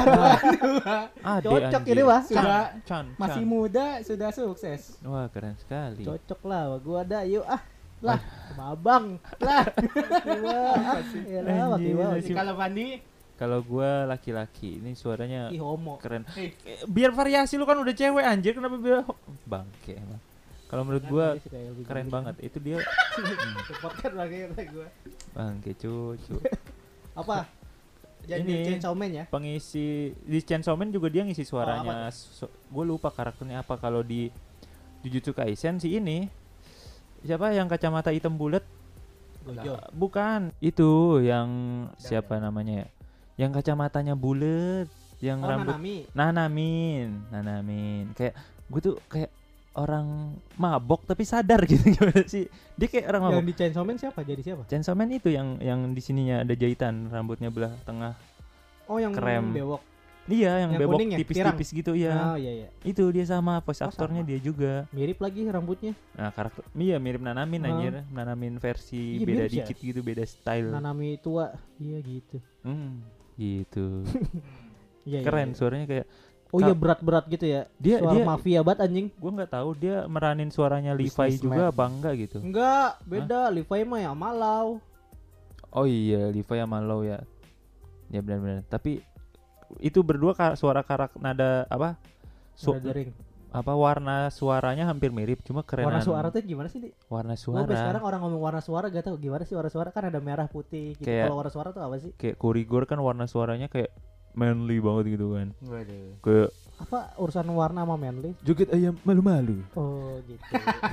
Ade, Cocok anjir. ini wah. sudah Chan, masih Chan. muda sudah sukses. Wah, keren sekali. Cocok lah, wah, gua ada yuk ah. Lah, sama abang. Lah. Makima. Ya lah, Makima. Anjir. Kalau Fandi, Kalau gua laki-laki, ini suaranya Ih homo. keren. eh, Eh, Biar variasi lu kan udah cewek anjir, kenapa biar bangke emang. Kalau menurut gua keren banget. Itu dia Supportkan lagi kata gua. bangke cucu. Apa? Jadi Ini. Chainsaw Man ya? Pengisi di Chainsaw Man juga dia ngisi Oh, suaranya. So- gua lupa karakternya apa kalau di Jujutsu Kaisen sih ini. Siapa yang kacamata hitam bulat? Gojo. Lah, bukan. Itu yang siapa namanya ya? Yang kacamatanya bulat, yang Oh, rambut Nanami. Nanamin, Nanamin. Kayak gue tuh kayak orang mabok tapi sadar gitu gimana sih? Dia kayak orang Yang mabok. di Chainsaw Man siapa? Jadi siapa? Chainsaw Man itu yang yang di sininya ada jahitan, rambutnya belah tengah. Oh, yang Krem. bewok. Iya, yang, Yang bebok kuning ya? tipis-tipis gitu ya. Oh iya iya. Itu dia sama voice Oh, aktornya sama. dia juga. Mirip lagi rambutnya. Nah, karakter iya mirip Nanamin Ah. anjir. Nanamin versi Iya, beda mirip sih ya. dikit gitu, beda style. Nanami tua. Iya gitu. Hmm, gitu. Iya, iya, Keren iya. suaranya kayak Oh iya Ka- berat-berat gitu ya. dia Suara dia mafia banget anjing. gua nggak tahu dia meranin suaranya Levi Businessman. juga apa enggak gitu. Enggak, beda. Levi mah ya malau. Oh iya, Levi sama Low ya. Ya benar-benar. Tapi itu berdua ka- suara karak nada apa? Su- Suara dering. apa warna suaranya hampir mirip, cuma kerenan Warna suara tuh gimana sih, Di? warna Gua sampai suara. sekarang orang ngomong warna suara gak tahu gimana sih warna suara, kan ada merah putih gitu. Kayak- Kalau warna suara tuh apa sih? Kayak Kurigor kan warna suaranya kayak manly banget gitu kan. waduh. Kayak Apa urusan warna sama manly? joget ayam malu-malu, Oh gitu.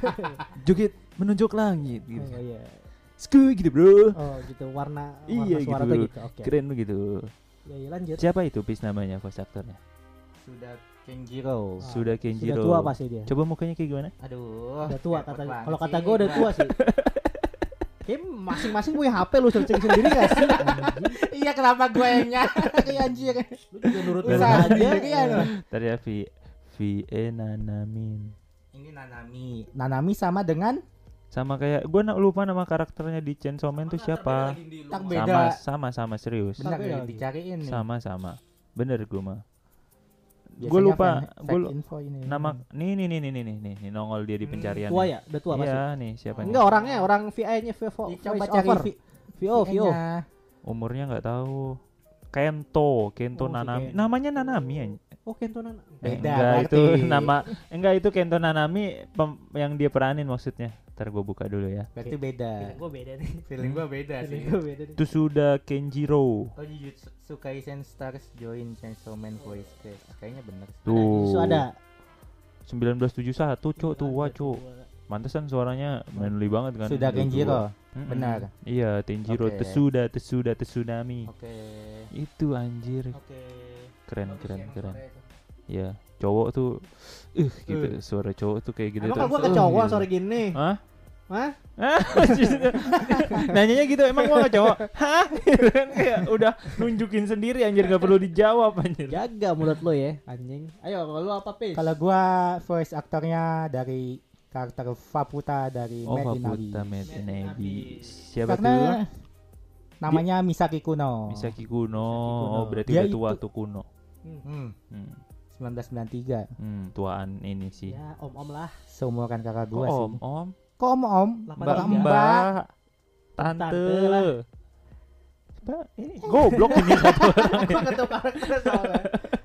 joget menunjuk langit gitu. Oh iya. Sku gitu, Bro. Oh gitu. Warna warna Iya, suara gitu. tuh gitu. Oke. Keren begitu. Ya, ya lanjut. Siapa itu Pis namanya voice aktornya? Sudah Kenjiro. Ah, Sudah Kenjiro. Sudah tua pasti dia. Coba mukanya kayak gimana? Aduh. Udah tua repot kata. banget Kalau kata sih, gue udah gua. tua sih. Kayak masing-masing punya H P lu searching sendiri gak sih? Anjing. Iya kenapa gue yang nyari anjir. Lu juga nurut Usaha aja. sendirian. Ya. Tadi ya V V E Nanamin. Ini Nanami. Nanami sama dengan Sama kayak gue lupa nama karakternya di Chainsaw Man tuh siapa. tak Sama beda. sama sama serius. Benar Beda ya lagi. dicariin nih. Sama sama. Bener gue mah. Biasanya Gue lupa. fan- fake Gue info ini. nama nih nih nih nih nih nih nih, nih nongol dia di Hmm, pencarian. Tua nih. ya? Udah tua pasti. Iya nih siapa nih? Enggak orangnya, orang V I-nya V O. Ih, coba voice cari over. vi- V O, V O. V I-nya. Umurnya nggak tahu. Kento, Kento Oh, si Nanami. Kento. Namanya Nanami ya. Oh, Kento Nana. Eh, Beda, enggak berarti. itu nama enggak itu Kento Nanami pem- yang dia peranin maksudnya. Ntar gue buka dulu ya. Berarti beda. Gue beda nih. Feeling gue beda sih. Gue beda nih. Itu sudah Kenjiro. Oh Jujutsu Kaisen Stars join Chainsaw Man voice cast. Kayaknya bener. Tuh. Itu ada. seribu sembilan ratus tujuh puluh satu, Cuk, tua, Cuk. Mantesan suaranya manly banget kan. Sudah Udah Kenjiro. tua. Mm-mm. Benar. Iya, Tenjiro Oke. Tesuda, Tesuda, Tsunami. Oke. Itu anjir. Oke. Keren, keren, keren. Iya, cowok tuh uh gitu. Uh. Suara cowok tuh kayak gitu Emang tuh. kalau gue Uh, kecowok gitu. sore gini. Hah? Hah? Nanyanya gitu, emang gua gak cowok? Hah? Gitu kan kayak udah nunjukin sendiri anjir, gak perlu dijawab anjir. Jaga mulut lo ya, anjing. Ayo, kalau lu apa, Pis? Kalau gua voice aktornya dari karakter Faputa dari Oh, Made in Faputa Abyss. Made in Made in Abyss. Siapa Karena tuh? namanya Misaki Kuno. Misaki Kuno. Kuno. Oh, berarti Dia udah tua itu- tuh Kuno. Hmm. Hmm, Hmm. seribu sembilan ratus sembilan puluh tiga. Hmm, tuaan ini sih. Ya, om-om lah. Seumuran kakak Kok gua om, sih. om, Kok om om? Delapan mbak, tiga. mbak, tante. Tante lah. Mbak, ini goblok ini satu orang. Gua ketemu karakter soalnya.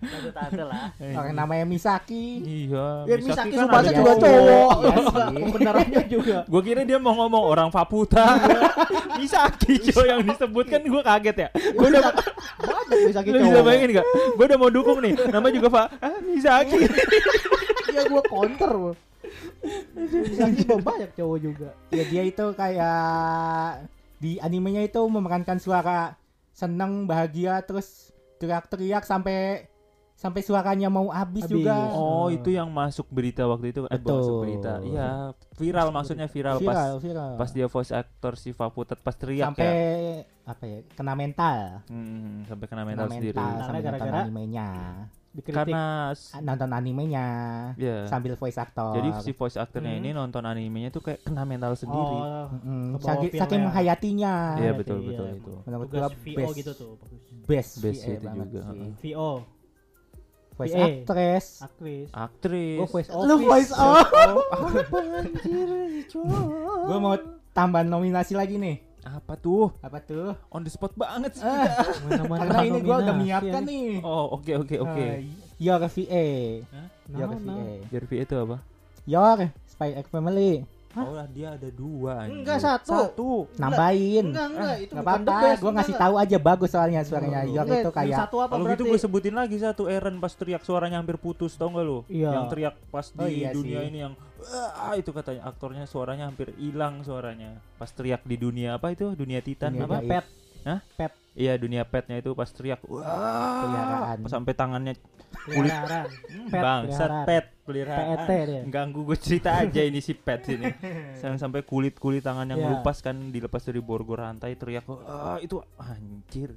Tante lah. Orang namanya Misaki. Iya. Ya Misaki kan Tsubasa ada juga cowok. cowok. Iya sih. Kebenarannya juga. Gue kira dia mau ngomong orang Faputa. Misaki coy yang disebut kan gue kaget ya. Gue udah Banyak Misaki lu cowok. bisa bayangin gak? Gue udah mau dukung nih. Namanya juga Pak. Ah, Misaki. Iya gue counter. Bro. Misaki mah banyak cowok juga. Ya dia itu kayak di animenya itu memerankan suara seneng, bahagia, terus teriak-teriak sampai sampai suaranya mau habis Habis. juga. Oh, itu yang masuk berita waktu itu. Eh, Betul. masuk berita. Iya, viral maksudnya viral, Viral, pas viral. pas dia voice actor si Faputet pas teriak sampai ya. apa ya? Kena mental. Hmm, sampai kena Kena mental sendiri. mental sampai nonton Gara-gara? animenya. Dikritik. Karena s- Nonton animenya ya. sambil voice actor. Jadi si voice actornya Hmm. ini nonton animenya tuh kayak kena mental sendiri. Oh, Mm, Kebawa saking, feel saking ya. menghayatinya. Iya, iya, betul iya. betul itu. Menurut tugas gua V O best, gitu tuh bagus. best, Best V A itu banget juga, sih. heeh. V O, Voice V A. actress. aktris. Aktris. Gue voice office. Lu voice off. Apa anjir, cowok. Gua mau tambahan nominasi lagi nih. Apa tuh? Apa tuh? On the spot banget sih. Ah, Mana-mana karena ini gua udah nominasi, menyiapkan ya. nih. Oh, oke oke oke. Ah, Your V A. Nah, Your V nah. A. Your V itu apa? Your Spy X Family. Hah? Oh, dia ada dua anjir. Enggak, satu. Satu. Nambahin. Enggak, enggak, itu Nggak bukan the apa-apa, best. gue ngasih enggak, tahu aja bagus soalnya suaranya. enggak. Your Enggak, itu yang kayak satu apa Kalau berarti? gitu gue sebutin lagi satu Eren pas teriak suaranya hampir putus, tau gak lu? Iya. Yang teriak pas di Oh, iya dunia sih. ini yang ah itu katanya aktornya suaranya hampir hilang suaranya. Pas teriak di dunia apa itu? Dunia Titan Dunia apa? gaib. Pet. Hah? Pet. Iya, dunia petnya itu pas teriak. Wah. Peliharaan. Pas sampai tangannya Peliharaan. Pet, bangsat peliharaan. pet P peliharaan. E T dia. Ganggu gue cerita aja ini si pet sini. Sampai sampai kulit-kulit tangan yang Iya. melupas kan dilepas dari borgol rantai teriak. Ah itu anjir.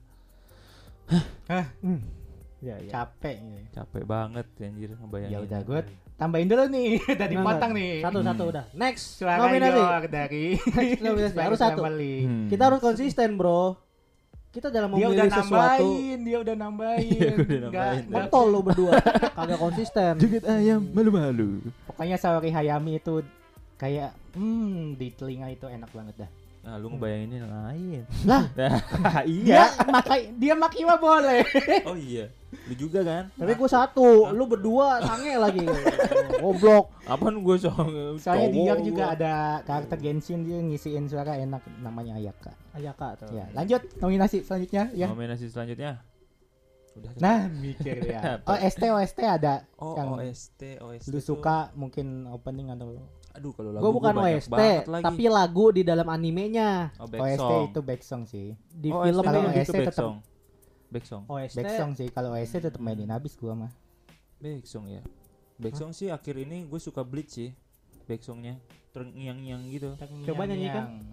Hmm. Ya, ya. capek. gitu. Capek banget anjir ngebayangin. Ya udah gue tambahin dulu nih, udah dipotong nih. Satu-satu Hmm. udah. Next. Suara Nominasi. Your dari Next nominasi. Spy Harus X satu. Family. Hmm. Kita harus konsisten, Bro. Kita dalam Dia udah memilih sesuatu. nambahin, dia udah nambahin. Iya, gua udah Nggak- nambahin. nggak- Kontol lu berdua. Kagak konsisten. Joget ayam malu-malu. Pokoknya Saori Hayami itu kayak hmm di telinga itu enak banget dah. Nah, lu ngebayanginnya yang lain. Lah, Nah, Dia iya. makai dia maki mah boleh. Oh iya. Lu juga kan? tapi gua satu, lu berdua sange lagi. Goblok. Apaan gue soal Soalnya dia cowok juga gua. ada karakter Genshin, dia ngisiin suara enak namanya Ayaka. Ayaka tuh. Ya, lanjut nominasi selanjutnya ya. Nominasi selanjutnya. Udah. Nah, mikir ya. Oh, S T O S T ada oh, yang O S T, O S T. lu tuh- suka mungkin opening atau Aduh, kalau lagu Gua bukan gua O banyak S T, banget lagi. tapi lagu di dalam animenya. oh, back O S T song. itu back song sih. Di oh, film Kalau kalau O S T itu back tetap- song. Back song. O S T. Back song sih. Kalau O S T tetap mainin habis gua mah. Back song ya. Back song sih akhir ini gue suka Bleach sih. Back songnya terngiang-ngiang gitu. Coba nyanyikan.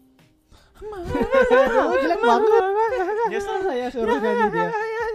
Yang- Oh, jelek banget. Nyesel saya suruh nyanyi dia.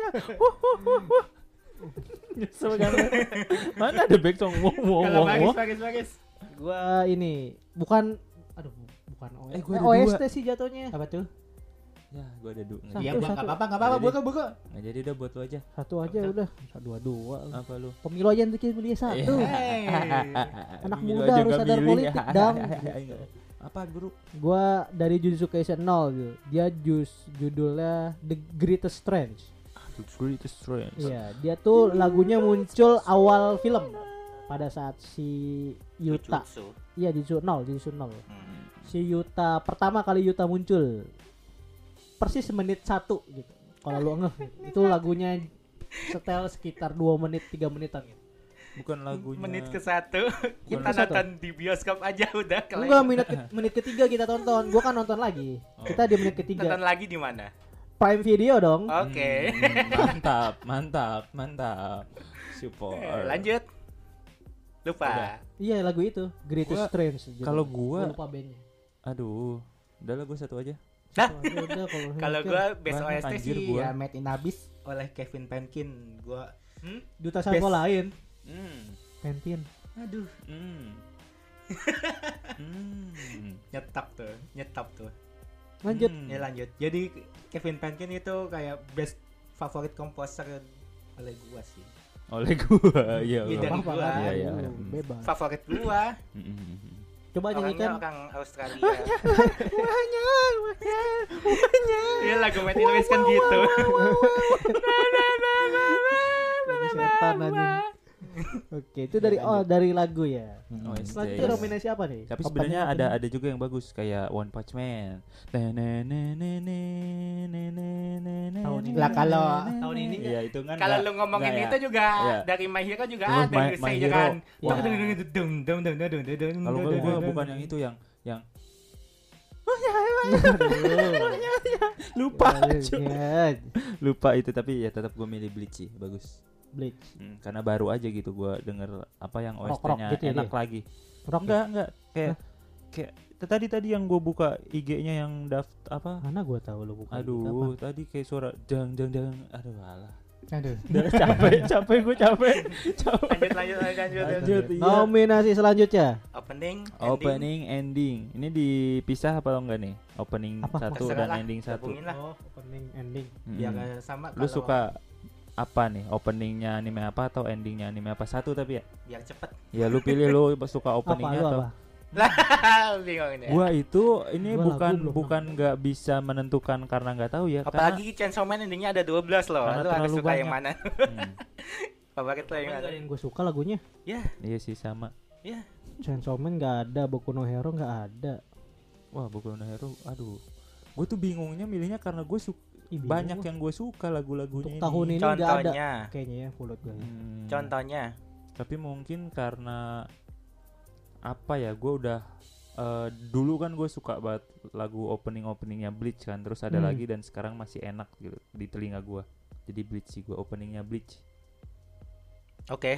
Nyesel kan. Mana ada back song? Wow, wow, Kalau wow, bagus wow. bagus bagus. Gua ini bukan aduh bukan O S T. Eh, gua ada O S T dua. sih jatuhnya. Apa tuh? Ya, gue ada dua. Satu, Iya, Nggak Bang, satu. enggak apa-apa, enggak apa-apa. Jadi. Buka buka. nggak jadi udah buat lu aja. Satu aja udah. Dua dua. Apa lu? Pemilu aja nanti kita milih satu. Iya. Hey. Anak Milu muda aja harus nggak sadar milih. politik, dam. Apa bro? Gua dari Jujutsu Kaisen nol gitu. Dia jus judulnya The Greatest Strange. The Greatest Strange. Iya, dia tuh lagunya muncul awal film pada saat si Yuta. Iya, Jujutsu nol, Jujutsu nol. Si Yuta pertama kali Yuta muncul. Persis menit satu gitu. Kalau lu ngeh gitu. Itu lagunya setel sekitar dua menit tiga menitan gitu. Bukan lagunya. Menit ke satu kita Menit ke satu. nonton di bioskop aja udah kalian. Enggak, menit ke- menit ketiga kita tonton. Gua kan nonton lagi. Oh. Kita di menit Nonton ketiga. lagi di mana? Prime Video dong. Oke. Hmm, mantap, mantap, mantap. Support. Eh, Lanjut. Lupa. Udah. Iya, lagu itu Greatest Gua- Strange. judulnya. Kalau gua, Gua lupa bandnya. aduh, udah lah gue satu aja. Nah, Soalnya udah kalau Kalau mikir, gua best O Banyak S T anjir sih gua. ya Made in Abyss oleh Kevin Penkin. Gua hmm? duta satwa best. lain. Hmm, Pentin. Aduh, hmm, hmm. nyetop tuh, nyetop tuh. Lanjut. Hmm. Ya lanjut. Jadi Kevin Penkin itu kayak best favorit komposer oleh gua sih. Oleh gua, iya. Iya, gua. dari Apa-apa gua. kan? Iya, iya. Lu Bebas. Favorit gua. Hmm, hmm, hmm. Coba Orangnya nyanyikan. orang Australia. Iya lagu Made in Abyss kan gitu. Apaan anjing? Oke, itu dari oh dari lagu ya. O S T. Selanjutnya Yes. nominasi apa nih? Tapi Opening- sebenarnya ada opening. ada juga yang bagus kayak One Punch Man. Tahun ini. Lah kalau tahun ini Iya itu kan. Kalau nggak- lu ngomongin nggak ya. itu juga Iya. dari My Hero juga Terus ada My- gitu My saya Hero. kan. Wah. Dung, dung, dung, dung, dung, dung, dung, dung, dung, Kalau dung, gue dung, dung. bukan yang itu yang yang Lupa. lupa Iya, iya. lupa itu tapi ya tetap gue milih Bleach sih bagus. Bleach. Hmm, karena baru aja gitu gue denger apa yang O S Rock-rock T-nya gitu ya enak dia? lagi. Rock Enggak enggak kayak kayak tadi tadi yang gue buka I G-nya yang daft apa? Mana gua tahu lu bukan. Aduh, tadi kayak suara jang jang jang. Aduh alah. Aduh. Udah capek, capek gue capek. capek. Lanjut lanjut lanjut lanjut. Lanjut, iya. Nominasi selanjutnya. Opening, ending. Opening, ending. Ini dipisah apa enggak nih? Opening Apa? satu Terserah dan lah, ending satu. gabungin lah. Oh, opening ending. Mm-mm. Biar nggak sama. Lu kalau- suka apa nih? Openingnya anime apa atau endingnya anime apa? Satu tapi ya. biar cepet. Ya lu pilih lu suka Apa openingnya lu atau apa? Bingung ini. gua itu ini Gua lagu bukan belum bukan nggak bisa menentukan karena nggak tahu ya. Apalagi Chainsaw Man endingnya ada dua belas loh. Karena Lu harus terlalu suka yang banyak. mana? karena, hmm, Favorit lo yang Enggak mana? ada yang gue suka lagunya. Ya, iya sih sama. ya. Chainsaw Man nggak ada, Boku no Hero nggak ada. Wah, Boku no Hero, aduh. Gue tuh bingungnya milihnya karena gue suka Ih, bingung banyak gua. yang gue suka lagu-lagunya Untuk tahun ini nggak ada. Contohnya, Kayaknya ya mulut gue. Hmm, contohnya. tapi mungkin karena apa ya, gue udah eh, dulu kan gue suka banget lagu opening openingnya Bleach kan, terus ada Hmm. lagi dan sekarang masih enak gitu di telinga gue. Jadi Bleach sih gue openingnya Bleach. Oke.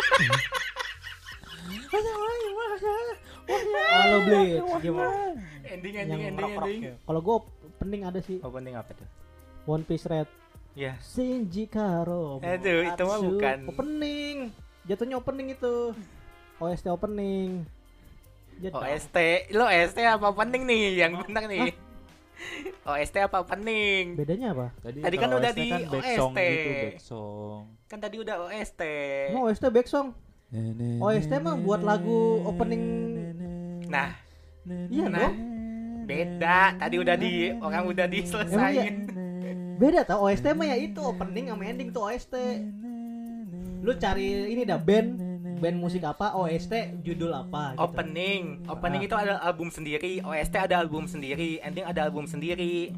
Halo Bleach, gimana? Ending Yang ending ending rock-rock ending. ya. Kalau gue pening ada sih Opening apa tuh? One Piece Red. Ya. Shinji Karo. Aduh, itu mah Atsu. bukan. Opening. Jatuhnya opening itu. O S T opening. Jatuh. O S T, lo O S T apa opening nih yang benar nih? O S T apa opening? Bedanya apa? Tadi, Tadi kan kalau udah O S T di kan back song O S T. gitu, back song. Kan tadi udah O S T. Emang O S T back song. O S T mah buat lagu opening. Nah, Iya nah. dong. Beda. Tadi udah di orang udah Emang iya? diselesain. Beda tau O S T mah ya itu opening sama ending tuh O S T. Lu cari ini dah band band musik apa, O S T judul apa gitu. Opening, opening itu ada album sendiri, O S T ada album sendiri, ending ada album sendiri.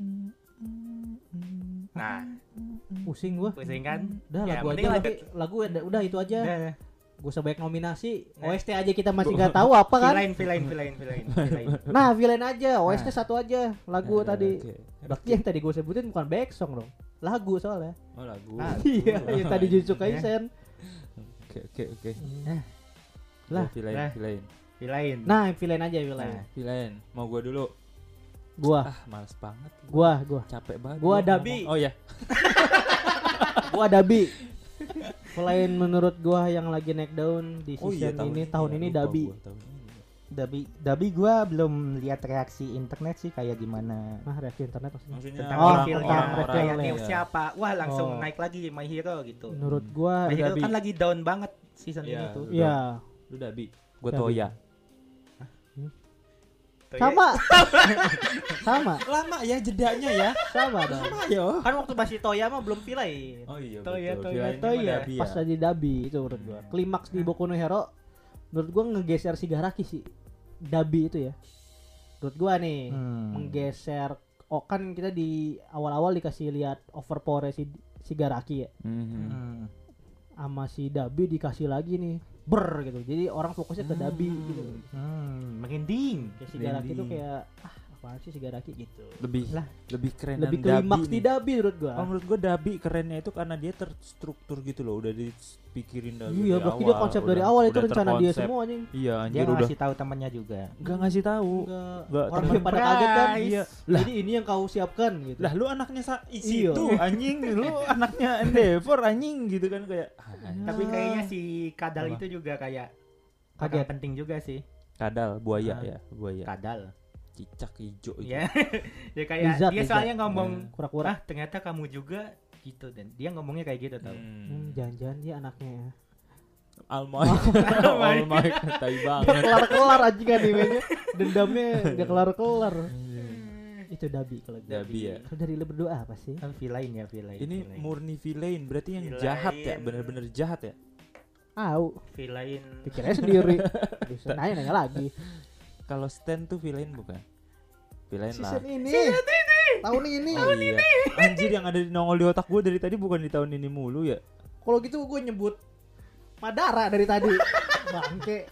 Nah, Pusing gua. pusing kan? Udah Ya, lagu mending aja lanjut. tapi lagu udah, udah itu aja. Udah. Gue sebaik nominasi. O Nah. S T aja kita masih nggak tahu apa kan. Villain, villain, villain, villain, villain. Nah, villain aja. O S T Nah. satu aja. Lagu Eh, tadi. oke. Berarti yang tadi gue sebutin bukan back song dong. Lagu soalnya. Oh lagu. Nah, Iya, yang tadi Jujutsu Kaisen. Oke oke oke. Lah, villain lah. villain. Villain. Nah, villain aja villain. Nah. Villain. Mau gua dulu. Gua, Ah, males banget. gua, gua. Capek banget. Gua gua Dabi. ngomong. Oh ya. Gua Dabi. Selain menurut gua yang lagi naik daun di Oh iya, season tahun ini, ini tahun ya, ini lupa Dabi. gua tahun ini. Dabi, Dabi gua belum lihat reaksi internet sih kayak gimana. Nah, reaksi internet maksudnya. Maksudnya Tentang Oh, reveal-nya, tentang kayak reveal-nya. news siapa. Wah, langsung Oh. naik lagi My Hero gitu. Menurut gua My Hero Dabi. kan lagi down banget season Iya. ini tuh. iya. Lu Dabi. Gua Dabi. Toya. Tuh, Sama. Sama, Lama ya jedanya ya. sama dong. Ayo. Kan waktu masih Toya mah belum villain. Oh iya Toya, betul. Toya, Villainnya Toya. mah Dabi ya. Pas lagi Dabi itu menurut gua. Klimaks di Boku no Hero menurut gua ngegeser Shigaraki sih. Dabi itu ya. Menurut gua nih Hmm. menggeser. Oh kan kita di awal-awal dikasih lihat overpower si Shigaraki ya. Mhm. Hmm. Sama si Dabi dikasih lagi nih ber gitu. Jadi orang fokusnya ke Dabi gitu. Hmm, merinding. Kayak Shigaraki Branding. tuh kayak ah apaan sih Shigaraki gitu. Lebih Lah, lebih keren lebih dan klimaks Dabi di nih. Dabi menurut gua. Oh, menurut gua Dabi kerennya itu karena dia terstruktur gitu loh, udah dipikirin dari Iya, dari berarti dia konsep dari udah- awal itu udah rencana dia terkonsep. semua anjing. Iya, Dia anjir udah ngasih tahu temannya juga. enggak ngasih tahu. Enggak. Nggak, Orang temen yang pada kaget kan. price. Iya. Lah. Jadi ini yang kau siapkan gitu. Lah lu anaknya sa isi Iya. itu anjing, lu anaknya Endeavor anjing gitu kan kayak ah, Tapi kayaknya si Kadal Apa? itu juga kayak Kaget. orang penting juga sih. kadal buaya Ah. ya, buaya. Kadal. Cicak hijau itu. Ya. Ya kayak Lizard, dia lizard. soalnya ngomong, Kura-kura. "Ah, ternyata kamu juga." gitu dan dia ngomongnya kayak gitu tau. Hmm, Hmm. jangan-jangan dia anaknya ya. Almighty. Almighty tai Gak banget. kelar-kelar anjing animenya. Dendamnya gak kelar-kelar. Itu Dabi kalau gitu. Dabi ya. Kalau dari lu berdua apa sih? Kan villain ya villain. Ini villain. murni villain, berarti yang Villain. jahat ya, bener-bener jahat ya. Au, Villain. pikirnya sendiri. Bisa nanya nanya lagi. Kalau Stan tuh villain bukan? Villain lah. Season ini. Tahun ini. Oh iya. Anjir, yang ada di nongol di otak gue dari tadi bukan di tahun ini mulu ya. Kalau gitu gue nyebut Madara dari tadi. Bangke.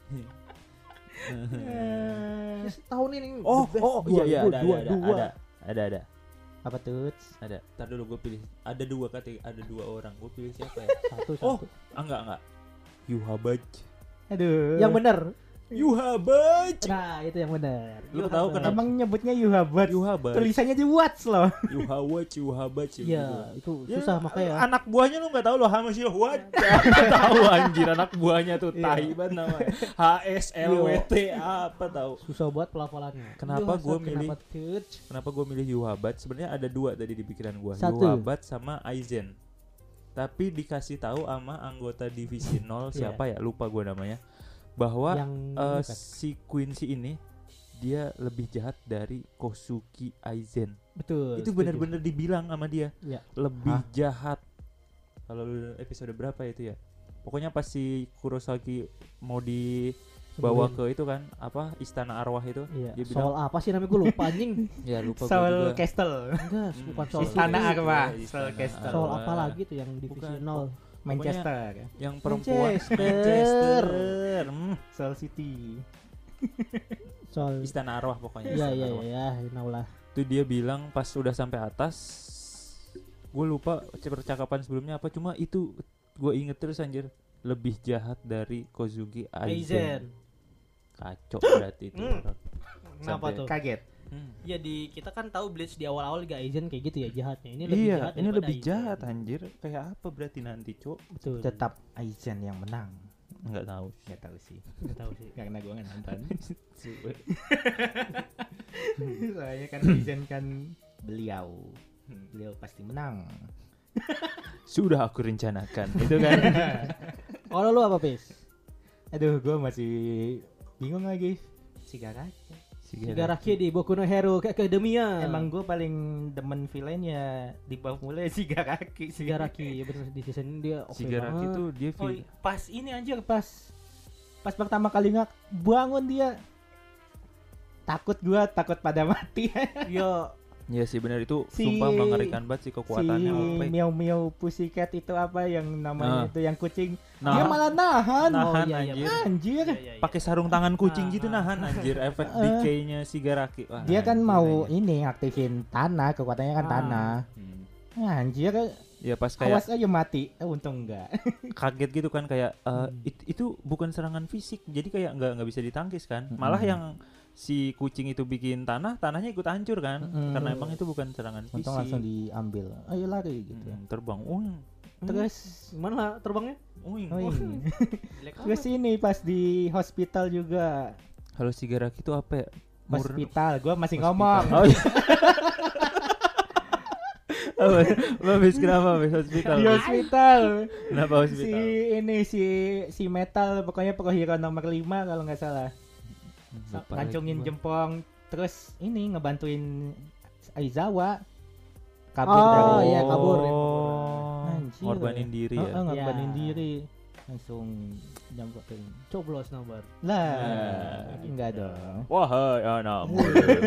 Tahun ini. Oh, the best. oh Dua, iya iya dua, ada, dua, ada, dua. ada, ada, ada, Apa tuh? ada. Ntar dulu gue pilih. Ada dua kategori, ada dua orang. Gue pilih siapa ya? Satu, Oh, satu. ah, enggak enggak. Yuhabaj. Aduh. Yang benar. Yuhabaj. Nah, itu yang benar. Lu tahu kenapa? Emang nyebutnya Yuhabad. Yuhabaj. Tulisannya di Watch loh. Yuhabaj, Yuhabaj. Iya, itu Ya, susah makanya. Anak buahnya lu nggak tahu loh Hamas Yuhabaj. Nggak tahu anjir anak buahnya tuh Iya. tai banget namanya. H S L W T apa tahu. Susah buat pelafalannya. Kenapa Yuhasat, gua milih- kenapa Tuts? Kenapa gue milih Yuhabaj? Sebenarnya ada dua tadi di pikiran gue. Satu. Yuhabaj sama Aizen. Tapi dikasih tahu sama anggota divisi nol siapa ya? Lupa gue namanya. Bahwa Yang eh, bukan. si Quincy ini dia lebih jahat dari Kosuki Aizen. Betul. Itu setuju. benar-benar dibilang sama dia Iya. lebih Hah? jahat. Kalau lu episode berapa itu ya? Pokoknya pas si Kurosaki mau dibawa Sembuhin. ke itu kan apa istana arwah itu, Iya. dia Soal bilang apa sih namanya gue lupa anjing. ya lupa gua Soul juga. Castle. Enggak, Hmm, bukan soal Istana itu. Arwah. Iya, Soul Istana Castle. Soal Arwah. apa lagi tuh yang divisi Bukan, nol? Manchester. Yang perempuan Manchester. Manchester. Hmm, Soul City. Soal istana arwah pokoknya. Iya istana iya arwah. iya, you know lah. Itu dia bilang pas udah sampai atas, gue lupa percakapan sebelumnya apa, cuma itu gue inget terus anjir, lebih jahat dari Kozuki Aizen. Aizen. Kacau berarti itu Hmm. orang. Kenapa Sampai- tuh? Kaget. Hmm. Ya di kita kan tahu Bleach di awal-awal juga Aizen kayak gitu ya jahatnya. Ini lebih Iya, jahat ini daripada lebih Aizen. jahat anjir. Kayak apa berarti nanti, Cok? Betul. Tetap Aizen yang menang. Enggak tahu. Nggak tahu sih. Nggak tahu sih. Karena gua nggak nonton. Soalnya kan Aizen kan beliau. Beliau pasti menang. Sudah aku rencanakan. Itu kan. Kalau lu apa, Pis? Aduh, gua masih bingung lagi. Shigaraki. Shigaraki di Boku no Hero Academia. Emang gue paling demen villainnya di bawah mulai Shigaraki. Shigaraki bener di season ini dia oke Shigaraki banget. tuh dia Oh, vi- pas ini anjir pas pas pertama kali ngak bangun dia takut gua takut pada mati. Iya, Iya sih benar itu Si- sumpah mengerikan banget sih kekuatannya. si Apa ya? Miau Miau Pussycat itu apa yang namanya Nah. itu yang kucing Nah, dia malah nahan. nahan Oh, iya, iya, anjir. Anjir. iya, iya, iya. Pakai sarung tangan kucing Ah, gitu ah. nahan anjir efek Eh. decay-nya Shigaraki. Wah, Dia kan anjir, mau anjir. ini aktifin tanah, kekuatannya kan Ah. tanah. Hmm. Anjir, Ya pas kayak awas aja mati. Eh, untung enggak. kaget gitu kan kayak eh, Hmm. it- itu bukan serangan fisik jadi kayak nggak nggak bisa ditangkis kan Mm-mm. malah yang si kucing itu bikin tanah tanahnya ikut hancur kan Mm-mm. karena emang itu bukan serangan fisik. Untung langsung diambil. Ayo lari gitu. Hmm, terbang uing Terus Gimana lah terbangnya? uing oh ini. Jelek Terus ini pas di hospital juga. kalau Shigaraki itu apa ya Mur- Hospital, gue masih Hospital. ngomong. Oh, iya. apa Babis kenapa Babis hospital Di hospital. kenapa Si hospital ini si si metal pokoknya pro hero nomor lima kalau nggak salah. Lupa lagi Ngancungin gua. jempong terus ini ngebantuin Aizawa kabur Oh, dari iya, kabur. oh Anjir. ngorbanin diri Oh, ya oh, ngorbanin Ya. diri. Langsung nyamperin. Coblos nomor. Lah, Nah, enggak dong. wahai anakmu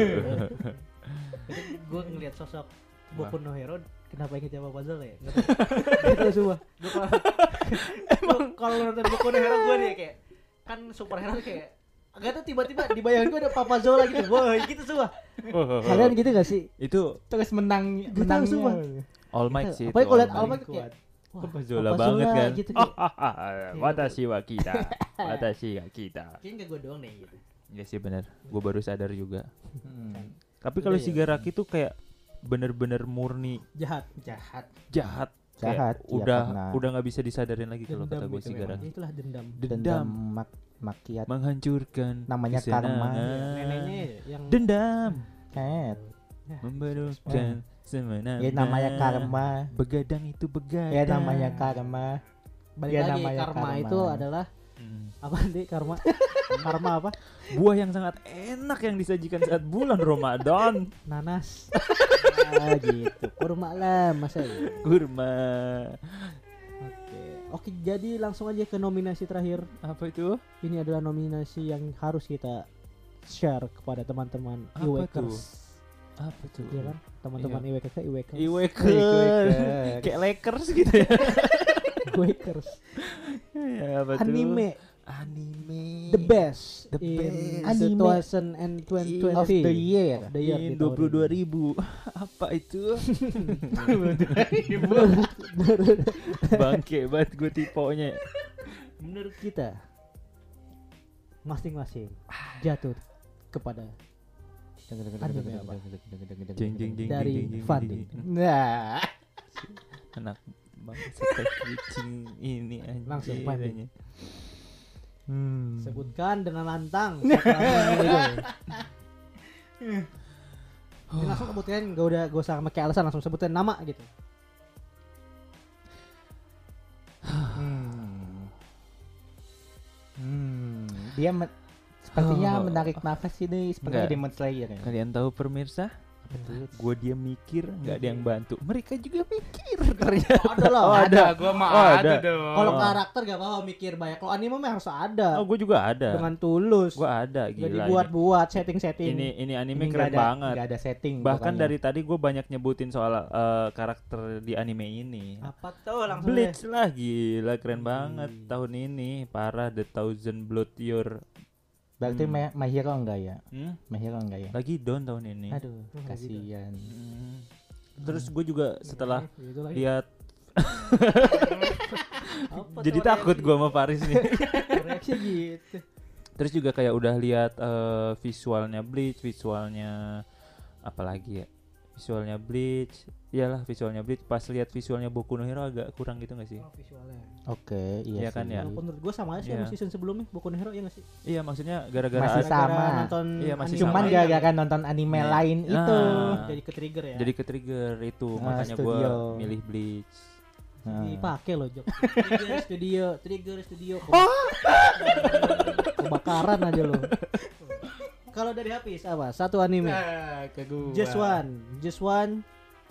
Gue ngeliat sosok Boku no Hero, kenapa inget sama puzzle ya? Gak tau semua. Emang kalau nonton Boku no Hero gue nih kayak kan superhero kayak gak tau tiba-tiba di bayangan gue ada Papa Zola gitu. Wah gitu semua. Kalian gitu gak sih? itu Terus menang Gak tahu semua. menangnya. All Might sih Apalagi itu, kalau liat All All Might. Might kayak wah, Papa Zola Papa banget Zola kan gitu, kayak- watashi wa kita watashi wa kita Kayaknya gak gue doang nih gitu. ya sih benar gue baru sadar juga Hmm, tapi kalau Udah ya. Shigaraki tuh kayak bener-bener murni Jahat. jahat. jahat Kayak Jahat, ya, udah karena udah nggak bisa disadarin lagi kalau kata gue gitu Shigaraki memang. Itulah dendam. dendam, Dendam mak makiat menghancurkan Namanya karma. kesenangan. Neneknya yang dendam Cat. membarukan semena Ya namanya karma. begadang itu begadang Ya namanya karma. balik Ya, lagi namanya karma, karma. itu adalah Hmm. Apa nih karma? Karma apa? Buah yang sangat enak yang disajikan saat bulan Ramadan. Nanas. Ah gitu. Kurma lah masa ya. Kurma. Oke. Oke, jadi langsung aja ke nominasi terakhir. Apa itu? Ini adalah nominasi yang harus kita share kepada teman-teman Apa iWakers. Apa tuh? Iya kan? Teman-teman Iya. I W K K iWakers. Iwakers. Kayak Lakers gitu ya. iWakers. Ya, apa tuh? Anime Anime. the best. The in best. Anime dua ribu dua puluh. of the year. The year In di tahun dua puluh dua ini. ribu. Apa itu? Menurut, menurut, Bangke banget gue tiponya. menurut kita masing-masing jatuh kepada anime apa? Jeng jeng jeng Dari jeng, jeng, Fandi. jeng, jeng. Nah, Anak bangsa teh kucing ini anjir. Langsung, Fandi. adanya. hmm. Sebutkan dengan lantang. satu anime itu. Ini langsung sebutin, gak udah gak usah pakai alasan, langsung sebutin nama gitu. Hmm. Hmm. Dia me- sepertinya Oh. menarik nafas ini sepertinya Enggak. Demon Slayer ya. Kalian tahu pemirsa? Betul. Gue dia mikir, nggak ada yang bantu. Mereka juga mikir ternyata. Ada lah. Oh, ada. Gua mah Oh, ada ada. dong. Kalau karakter gak apa-apa mikir banyak. Kalau anime mah harus ada. Oh, gue juga ada. Dengan tulus. Gue ada, Gak gila. dibuat-buat setting-setting. Ini ini Ini anime nggak keren ada- banget. nggak ada setting. Bahkan pokoknya. dari tadi gue banyak nyebutin soal eh, karakter di anime ini. apa tuh langsung Bleach lah, gila keren Hmm. banget tahun ini. Parah, The Thousand Blood Year. berarti Hmm. My, My Hero enggak ya? Hmm? My Hero enggak ya? Lagi down tahun ini. Aduh, Oh, kasihan. Hmm. Terus gue juga setelah Gitu lagi. lihat Apa jadi tuh takut reaksi? gue sama Paris nih. Reaksi gitu. Terus juga kayak udah lihat eh, visualnya Bleach, visualnya apa lagi ya? Visualnya Bleach, iyalah visualnya Bleach. Pas lihat visualnya Boku no Hero agak kurang gitu gak sih? Oh, visualnya. Oke, iya Iya kan sih. ya? Kalau menurut gue sama aja sih Iya. sama season sebelumnya Boku no Hero ya nggak sih? Iya maksudnya gara-gara Masih ada- sama. nonton Iya, masih anime Cuman lain gara-gara kali. nonton anime Iya. lain Ah. itu. jadi ke trigger ya. jadi ke trigger itu, Ah, makanya gue studio. milih Bleach. Nah. dipakai loh Jok. Trigger studio, trigger studio. Kebakaran aja lo. Kalau dari Hafiz apa? Satu anime. Ah, ke gua. Just one, just one.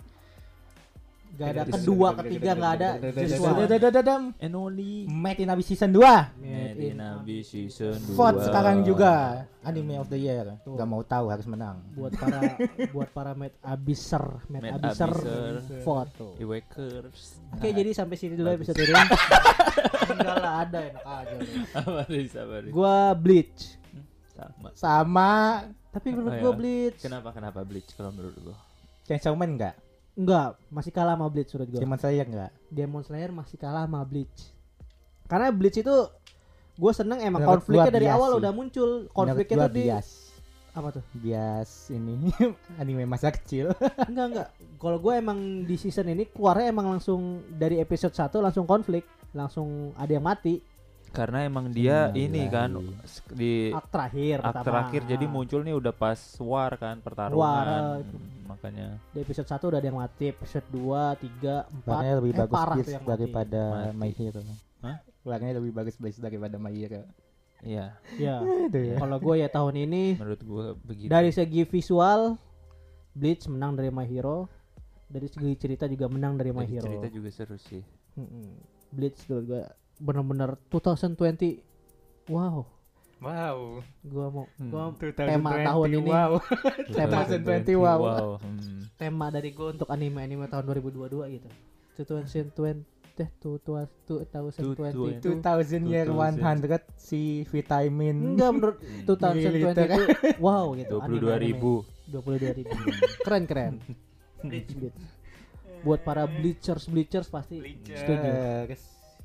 Gak ada Just kedua, one. ketiga gak ada. Just one. Dadadadadam. Enoli. Made in Abyss season dua. Made in Abyss season dua. Vote sekarang juga anime of the year. Tuh. Gak mau tahu harus menang. Buat para buat para Mad Abisser, Mad Mad Abisser Abisser. foto. Iwakers. Oke, jadi sampai sini dulu episode ini. Enggak lah, ada enak aja. lu. Apa nih, sabar nih. Gua Bleach. Sama. Sama Tapi menurut Oh, gua ya. Bleach Kenapa kenapa Bleach kalau menurut lo? Chainsaw Man enggak? enggak, masih kalah sama Bleach menurut gua. Demon Slayer enggak? Demon Slayer masih kalah sama Bleach. Karena Bleach itu gue seneng emang Menurut konfliknya gua dari bias awal sih. udah muncul. Menurut Konfliknya gua tuh di bias. apa tuh? Bias ini anime masa kecil. Enggak enggak. Kalau gue emang di season ini keluarnya emang langsung dari episode satu langsung konflik, langsung ada yang mati. Karena emang dia Innalillahi. ini kan s- di Ak terakhir ak pertama. terakhir jadi muncul nih udah pas war kan pertarungan. War, eh. Hmm, makanya Di episode satu udah ada yang mati, episode dua, tiga, empat. Warnanya lebih eh, bagus parah Bleach tuh yang mati. daripada Mati. My Hero. Hah? Warnanya lebih bagus Bleach daripada My Hero. iya Ya. Itu ya. Kalau gue ya tahun ini menurut gua begitu. dari segi visual Bleach menang dari My Hero. Dari segi cerita juga menang dari My Dari Hero. cerita juga seru sih. Mm-mm. Bleach menurut gue bener-bener dua ribu dua puluh. Wow, Wow. gua mau Hmm. gua dua ribu dua puluh, tema tahun ini wow. tema dua ribu dua puluh, wow. wow. Hmm. tema dari gua untuk anime-anime tahun dua ribu dua puluh dua gitu. dua ribu dua puluh deh dua ribu dua puluh itu two thousand year one hundred si vitamin. enggak menurut dua ribu dua puluh itu wow gitu. dua puluh dua ribu. dua puluh dua ribu. Keren keren. Bleach, Bleach. Buat para bleachers bleachers pasti setuju. Yes.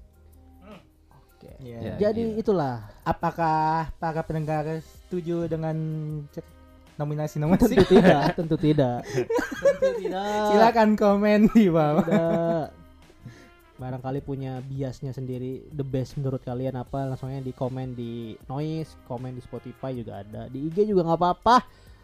Oke. Ya. Ya. Jadi itulah Apakah para pendengar setuju dengan cer- nominasi-nominasi? tentu tidak, tentu tidak. Tentu tidak. Silakan komen di bawah. Tidak. Barangkali punya biasnya sendiri, the best menurut kalian apa, langsung aja di komen di Noise, komen di Spotify juga ada, di I G juga nggak apa-apa.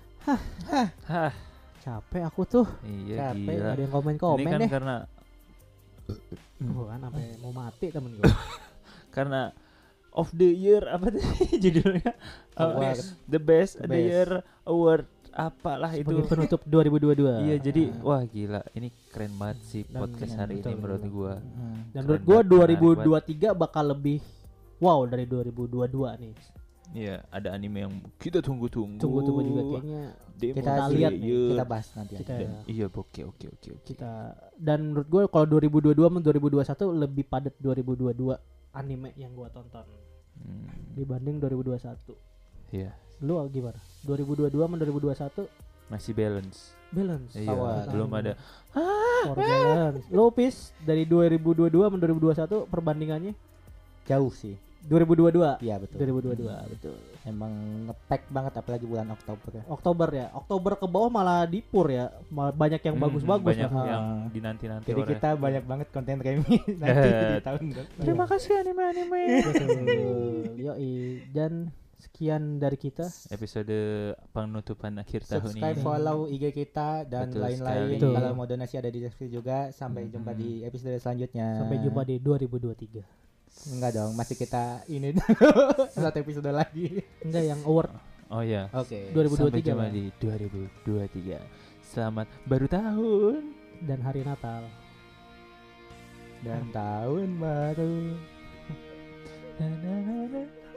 Hah, Capek aku tuh, iya capek gila. ada yang komen Ini komen kan deh. karena Oh, kan sampai mau mati temen gue. karena of the Year apa tadi judulnya? Uh, Award. the Best The the Best. Year Award apalah itu. Sebagai penutup dua ribu dua puluh dua. Iya, jadi Ah. wah gila, ini keren banget sih Dan- podcast iya, hari ini betul, menurut betul. gua. Hmm. Dan Keren menurut gua banget, dua menarik ribu dua puluh tiga bakal lebih wow dari dua ribu dua puluh dua nih. Iya, ada anime yang kita tunggu-tunggu. Tunggu-tunggu juga kayaknya Demon Kita Kita lihat lihat nih, Slayer. kita bahas nanti kita aja. Dan, iya, oke oke oke oke. kita dan menurut gua kalau dua ribu dua puluh dua sama dua ribu dua puluh satu lebih padat dua ribu dua puluh dua anime yang gua tonton Hmm, dibanding dua ribu dua puluh satu. iya, Lu gimana? dua ribu dua puluh dua sama dua ribu dua puluh satu masih balance. balance. Iya, Power. belum ada. Power balance. Lu Pis dari dua ribu dua puluh dua sama dua ribu dua puluh satu perbandingannya Jauh sih. dua ribu dua puluh dua. Iya betul. dua ribu dua puluh dua betul. Emang ngepack banget apalagi bulan Oktober ya. Oktober ya. Oktober ke bawah malah dipur ya. Malah banyak yang Hmm, bagus-bagus banyak lah. yang Ah. dinanti-nanti Jadi orang. kita banyak banget konten Remi nanti di tahun depan. Terima kasih anime-anime. Betul. Yoi. Dan sekian dari kita. Episode penutupan akhir tahun Subscribe, ini. follow I G kita dan Betul lain-lain. sekali. Kalau mau donasi ada di deskripsi juga. Sampai Mhm. jumpa di episode selanjutnya. Sampai jumpa di dua ribu dua puluh tiga. Enggak dong, masih kita ini satu episode lagi. Enggak yang award Oh ya. Oke. dua ribu dua puluh Sampai tiga jumpa lah. di dua ribu dua puluh tiga. Selamat baru tahun. Dan hari Natal. Dan tahun baru. Na, na, na, na.